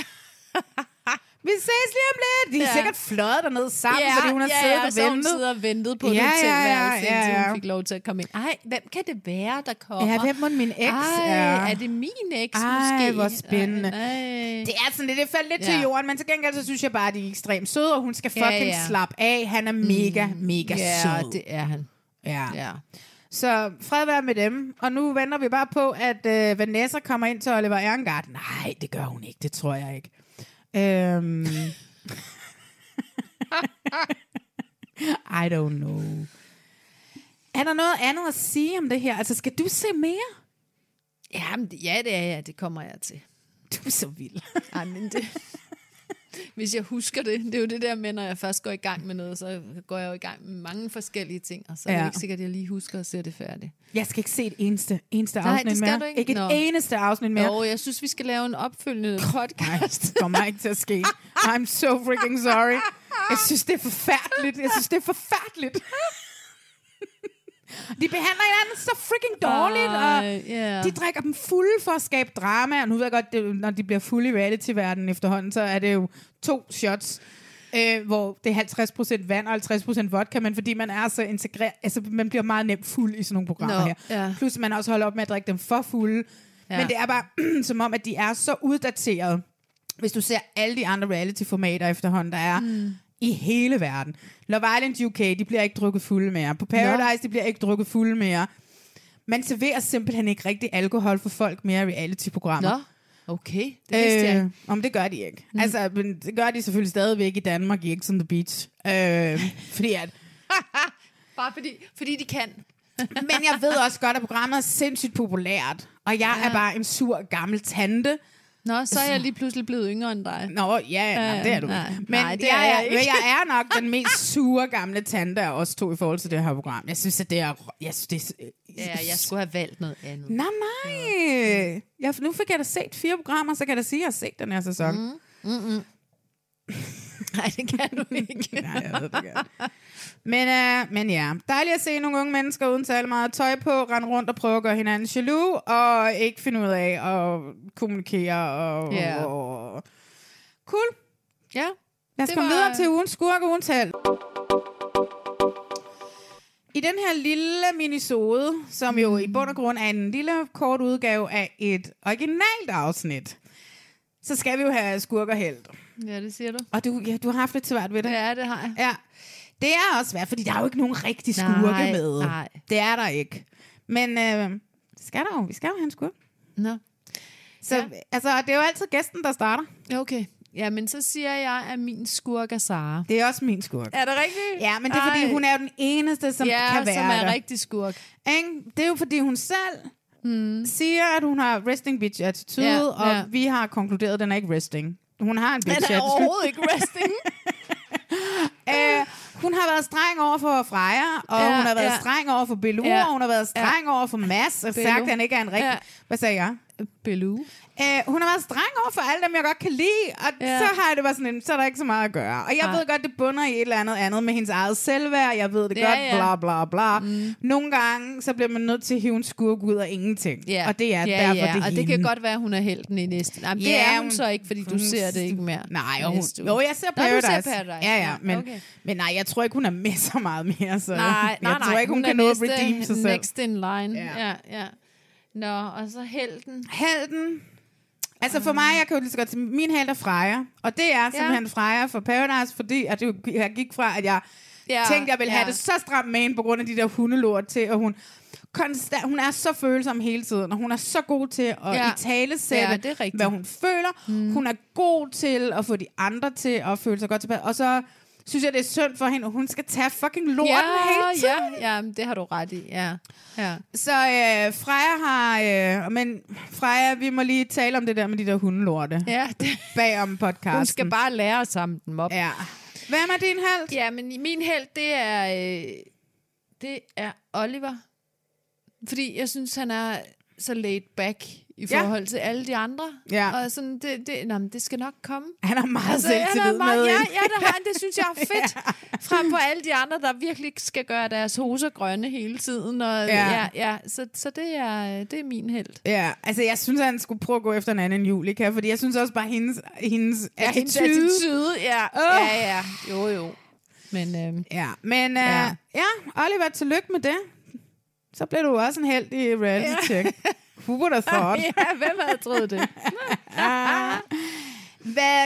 Speaker 4: Vi ses lige om lidt. De er sikkert fløjet dernede sammen, fordi hun har siddet
Speaker 5: og ventet på det tilværelse, indtil hun fik lov til at komme ind. Ej, hvem kan det være, der kommer?
Speaker 4: Ja, hvem må min eks er?
Speaker 5: Er det min eks måske?
Speaker 4: Ej, hvor spændende. Det er sådan lidt, det faldt lidt til jorden, men til gengæld så synes jeg bare, at de er ekstremt søde, og hun skal fucking slappe af. Han er mega sød.
Speaker 5: Ja, det er han.
Speaker 4: Ja. Så fred være med dem. Og nu venter vi bare på, at Vanessa kommer ind til Oliver Erngard. Nej, det gør hun ikke. Det tror jeg ikke. I don't know. Er der noget andet at sige om det her? Altså, skal du se mere?
Speaker 5: Ja, det er jeg. Det kommer jeg til.
Speaker 4: Du er så vild.
Speaker 5: Ej, men det... Hvis jeg husker det. Det er jo det der med, når jeg først går i gang med noget, så går jeg jo i gang med mange forskellige ting, og så er det ikke sikkert, at jeg lige husker at se det færdigt.
Speaker 4: Jeg skal ikke se et eneste afsnit mere. Ikke et eneste afsnit mere.
Speaker 5: Jo, jeg synes, vi skal lave en opfølgende podcast.
Speaker 4: Nej, det kommer ikke til at ske. I'm so freaking sorry. Jeg synes, det er forfærdeligt. De behandler hinanden så freaking dårligt, og de drikker dem fulde for at skabe drama. Og nu ved jeg godt, når de bliver fulde i reality-verdenen efterhånden, så er det jo 2 shots, hvor det er 50% vand og 50% vodka, men fordi man er så integreret, altså man bliver meget nemt fuld i sådan nogle programmer her. Yeah. Plus man også holder op med at drikke dem for fulde. Yeah. Men det er bare som om, at de er så uddateret. Hvis du ser alle de andre reality-formater efterhånden, der er i hele verden. Love Island UK, de bliver ikke drukket fulde mere. På Paradise, de bliver ikke drukket fulde mere. Man serverer simpelthen ikke rigtig alkohol for folk mere i reality-programmer.
Speaker 5: Nå, okay. Det vidste jeg.
Speaker 4: Om det gør de ikke. Altså, men det gør de selvfølgelig stadigvæk i Danmark i X on the Beach. Fordi at...
Speaker 5: Bare fordi de kan.
Speaker 4: Men jeg ved også godt, at programmet er sindssygt populært. Og jeg er bare en sur gammel tante.
Speaker 5: Nå, så er jeg lige pludselig blevet yngre end dig.
Speaker 4: Nå, det er du. Men jeg er nok den mest sure gamle tante af os to i forhold til det her program. Jeg synes, at det er... Jeg
Speaker 5: skulle have valgt noget andet.
Speaker 4: Nej. Nu fik jeg da set 4 programmer, så kan jeg da sige, at jeg har set den her sæson.
Speaker 5: Nej, det kan du ikke.
Speaker 4: Nej, jeg ved det godt. Men ja, dejligt at se nogle unge mennesker uden særlig meget tøj på, rende rundt og prøve at gøre hinanden jaloux, og ikke finde ud af at kommunikere. Og cool.
Speaker 5: Ja.
Speaker 4: Lad os komme videre til ugens skurk og ugens held. I den her lille minisode, som jo i bund og grund er en lille kort udgave af et originalt afsnit, så skal vi jo have skurk og held.
Speaker 5: Ja, det siger du.
Speaker 4: Og du har haft lidt svært ved det.
Speaker 5: Ja, det har jeg.
Speaker 4: Ja. Det er også svært, fordi der er jo ikke nogen rigtig skurke med.
Speaker 5: Nej.
Speaker 4: Det er der ikke. Men vi skal jo have en skurk.
Speaker 5: Nå.
Speaker 4: Så altså, det er jo altid gæsten, der starter.
Speaker 5: Okay. Ja, men så siger jeg, at min skurk er Sara.
Speaker 4: Det er også min skurk.
Speaker 5: Er det rigtigt?
Speaker 4: Ja, men det er, fordi hun er jo den eneste, som kan være
Speaker 5: som er rigtig skurk.
Speaker 4: Det er jo, fordi hun selv siger, at hun har resting bitch attitude, og vi har konkluderet, at den er ikke resting. Hun har en bitch attitude.
Speaker 5: Den er overhovedet ikke resting.
Speaker 4: Hun har været streng over for Freja, og hun har været streng over for Belu, og hun har været streng over for Mads, og sagt, at han ikke er en rigtig... Hvad sagde jeg?
Speaker 5: Belu.
Speaker 4: Hun har været streng over for alle dem, jeg godt kan lide, og så har det bare sådan så er der ikke så meget at gøre. Og jeg ved godt, det bunder i et eller andet med hendes eget selvværd, jeg ved det godt, bla bla bla. Nogle gange, så bliver man nødt til at hive en skurk ud af ingenting. Og det er derfor, det er
Speaker 5: og det kan godt være, at hun er helten i næste. Nej, det er hun så ikke, fordi du ser det ikke mere.
Speaker 4: Nej, jeg ser Paradise. Men nej, jeg tror ikke, hun er med så meget mere. Så jeg tror ikke, hun kan nå at redeem sig selv.
Speaker 5: Next in line. Ja. Nå, og så helten.
Speaker 4: Altså for mig, jeg kan jo lige så godt sige, min held er Freja. Og det er simpelthen Freja for Paradise, fordi at jeg gik fra, at jeg tænkte, jeg ville have det så stramt med hende, på grund af de der hundelort til, og hun er så følsom hele tiden, og hun er så god til at italesætte, hvad hun føler. Hun er god til at få de andre til at føle sig godt tilbage. Og så synes jeg, det er synd for hende, og hun skal tage fucking lorten hele tiden.
Speaker 5: Ja, det har du ret i, ja.
Speaker 4: Så Freja har... men Freja, vi må lige tale om det der med de der hundelorte.
Speaker 5: Ja.
Speaker 4: Bagom podcasten.
Speaker 5: Hun skal bare lære at samle dem op.
Speaker 4: Ja. Hvem er din helt?
Speaker 5: Ja, men min helt, det er Oliver. Fordi jeg synes, han er så laid back i forhold til alle de andre. Ja. Og sådan, det skal nok komme.
Speaker 4: Han er meget selvtillid med.
Speaker 5: Ja, det synes jeg er fedt. Frem på alle de andre, der virkelig skal gøre deres hoser grønne hele tiden. Og, så det er min helt.
Speaker 4: Ja, altså jeg synes, at han skulle prøve at gå efter en anden Julika, fordi jeg synes også bare, hendes attitude.
Speaker 5: Ja. Jo. Men,
Speaker 4: Oliver, tillykke med det. Så bliver du også en helt i reality check. Who would have thought?
Speaker 5: Ja, hvem havde troet det?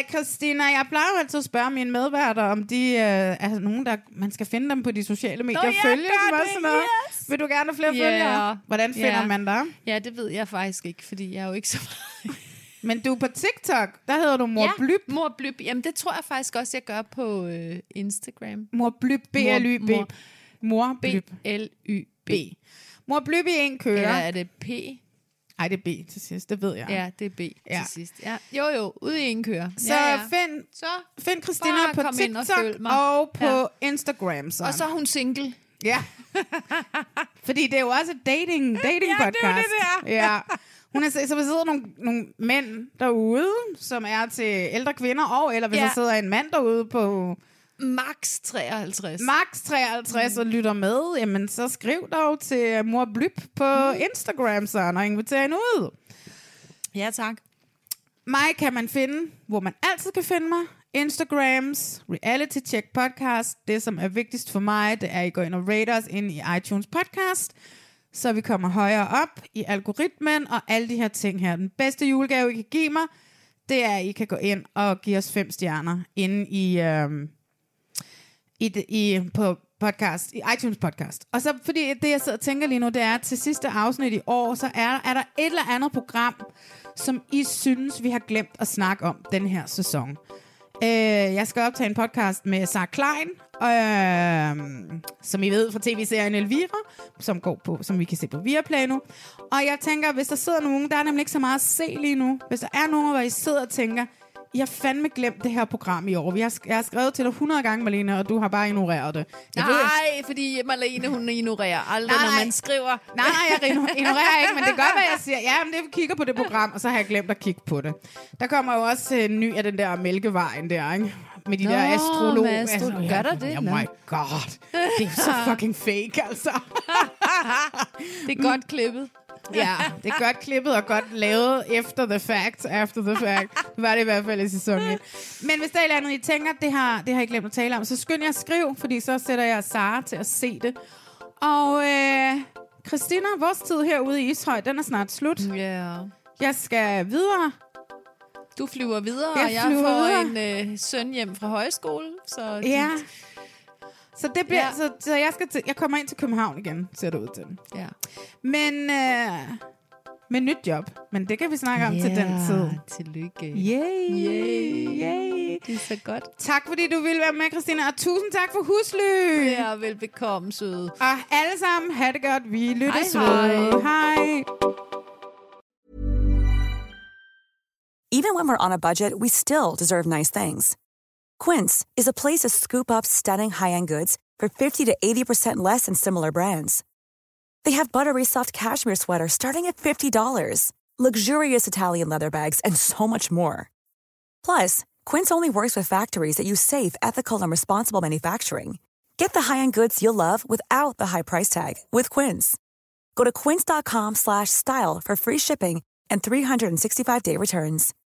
Speaker 4: Christina, jeg plejer jo altid at spørge mine medværter, om de er nogen, der man skal finde dem på de sociale medier og følge dem og sådan noget. Yes. Vil du gerne have flere følgere? Hvordan finder man dig?
Speaker 5: Ja, det ved jeg faktisk ikke, fordi jeg er jo ikke så meget.
Speaker 4: Men du er på TikTok, der hedder du Mor Blyb.
Speaker 5: Mor Blyb. Jamen, det tror jeg faktisk også, jeg gør på Instagram.
Speaker 4: Mor Blyb, B-L-Y-B. Mor Blyb.
Speaker 5: B-L-Y-B.
Speaker 4: Mor Blyb i en kører.
Speaker 5: Eller er det P?
Speaker 4: Ej, det er B til sidst, det ved jeg.
Speaker 5: Ja, det er B til sidst. Ja. Jo, ude i en kører.
Speaker 4: Så find Christina på TikTok og på Instagram. Så.
Speaker 5: Og så er hun single.
Speaker 4: Ja. Fordi det er jo også et dating podcast.
Speaker 5: Ja, det er.
Speaker 4: Ja. Så hvis der sidder nogle mænd derude, som er til ældre kvinder, eller hvis der sidder en mand derude på
Speaker 5: max 53.
Speaker 4: Max 53 og lytter med, jamen så skriv dog til Mor Blyb på Instagram, så og inviter hende ud.
Speaker 5: Ja, tak.
Speaker 4: Mig kan man finde, hvor man altid kan finde mig. Instagrams, Reality Check Podcast. Det, som er vigtigst for mig, det er, at I går ind og rate os ind i iTunes Podcast, så vi kommer højere op i algoritmen og alle de her ting her. Den bedste julegave, I kan give mig, det er, at I kan gå ind og give os 5 stjerner inde på podcast, i iTunes Podcast. Og så, fordi det, jeg sidder og tænker lige nu, det er, at til sidste afsnit i år, så er der et eller andet program, som I synes, vi har glemt at snakke om den her sæson. Jeg skal optage en podcast med Sarah Klein, som I ved fra tv-serien Elvira, som vi kan se på Viaplay nu. Og jeg tænker, hvis der sidder nogen, der er nemlig ikke så meget at se lige nu. Hvis der er nogen, hvor I sidder og tænker, I har fandme glemt det her program i år. Jeg har skrevet til dig 100 gange, Malene, og du har bare ignoreret det.
Speaker 5: Fordi Malene, hun ignorerer aldrig, når man skriver.
Speaker 4: Nej, jeg ignorerer ikke, men det gør, hvad jeg siger. Ja, men det kigger på det program, og så har jeg glemt at kigge på det. Der kommer jo også en ny af den der Mælkevejen der, ikke? Med de der astrologer.
Speaker 5: Gør der det?
Speaker 4: Oh my god. Det er så fucking fake, altså.
Speaker 5: Det er godt klippet.
Speaker 4: Ja, det er godt klippet og godt lavet after the fact. Det var det i hvert fald i sæsonen. Men hvis der er et eller andet, I tænker, det har I glemt at tale om, så skynd jer at skrive, fordi så sætter jeg Sara til at se det. Og Christina, vores tid herude i Ishøj, den er snart slut.
Speaker 5: Yeah.
Speaker 4: Jeg skal videre.
Speaker 5: Du flyver videre, og jeg får en søn hjem fra højskole. Så
Speaker 4: ja. Så det bliver så jeg kommer ind til København igen, ser det ud til.
Speaker 5: Ja.
Speaker 4: Men med nyt job, men det kan vi snakke om til den tid.
Speaker 5: Tillykke.
Speaker 4: Yay.
Speaker 5: Det er så godt.
Speaker 4: Tak fordi du ville være med, Christina, og tusind tak for husly.
Speaker 5: Ja, velbekomme, søde.
Speaker 4: Og alle sammen, ha' det godt. Vi lyttes ved. Hej.
Speaker 3: Even when we're on a budget, we still deserve nice things. Quince is a place to scoop up stunning high-end goods for 50 to 80% less than similar brands. They have buttery soft cashmere sweaters starting at $50, luxurious Italian leather bags, and so much more. Plus, Quince only works with factories that use safe, ethical, and responsible manufacturing. Get the high-end goods you'll love without the high price tag with Quince. Go to quince.com/style for free shipping and 365-day returns.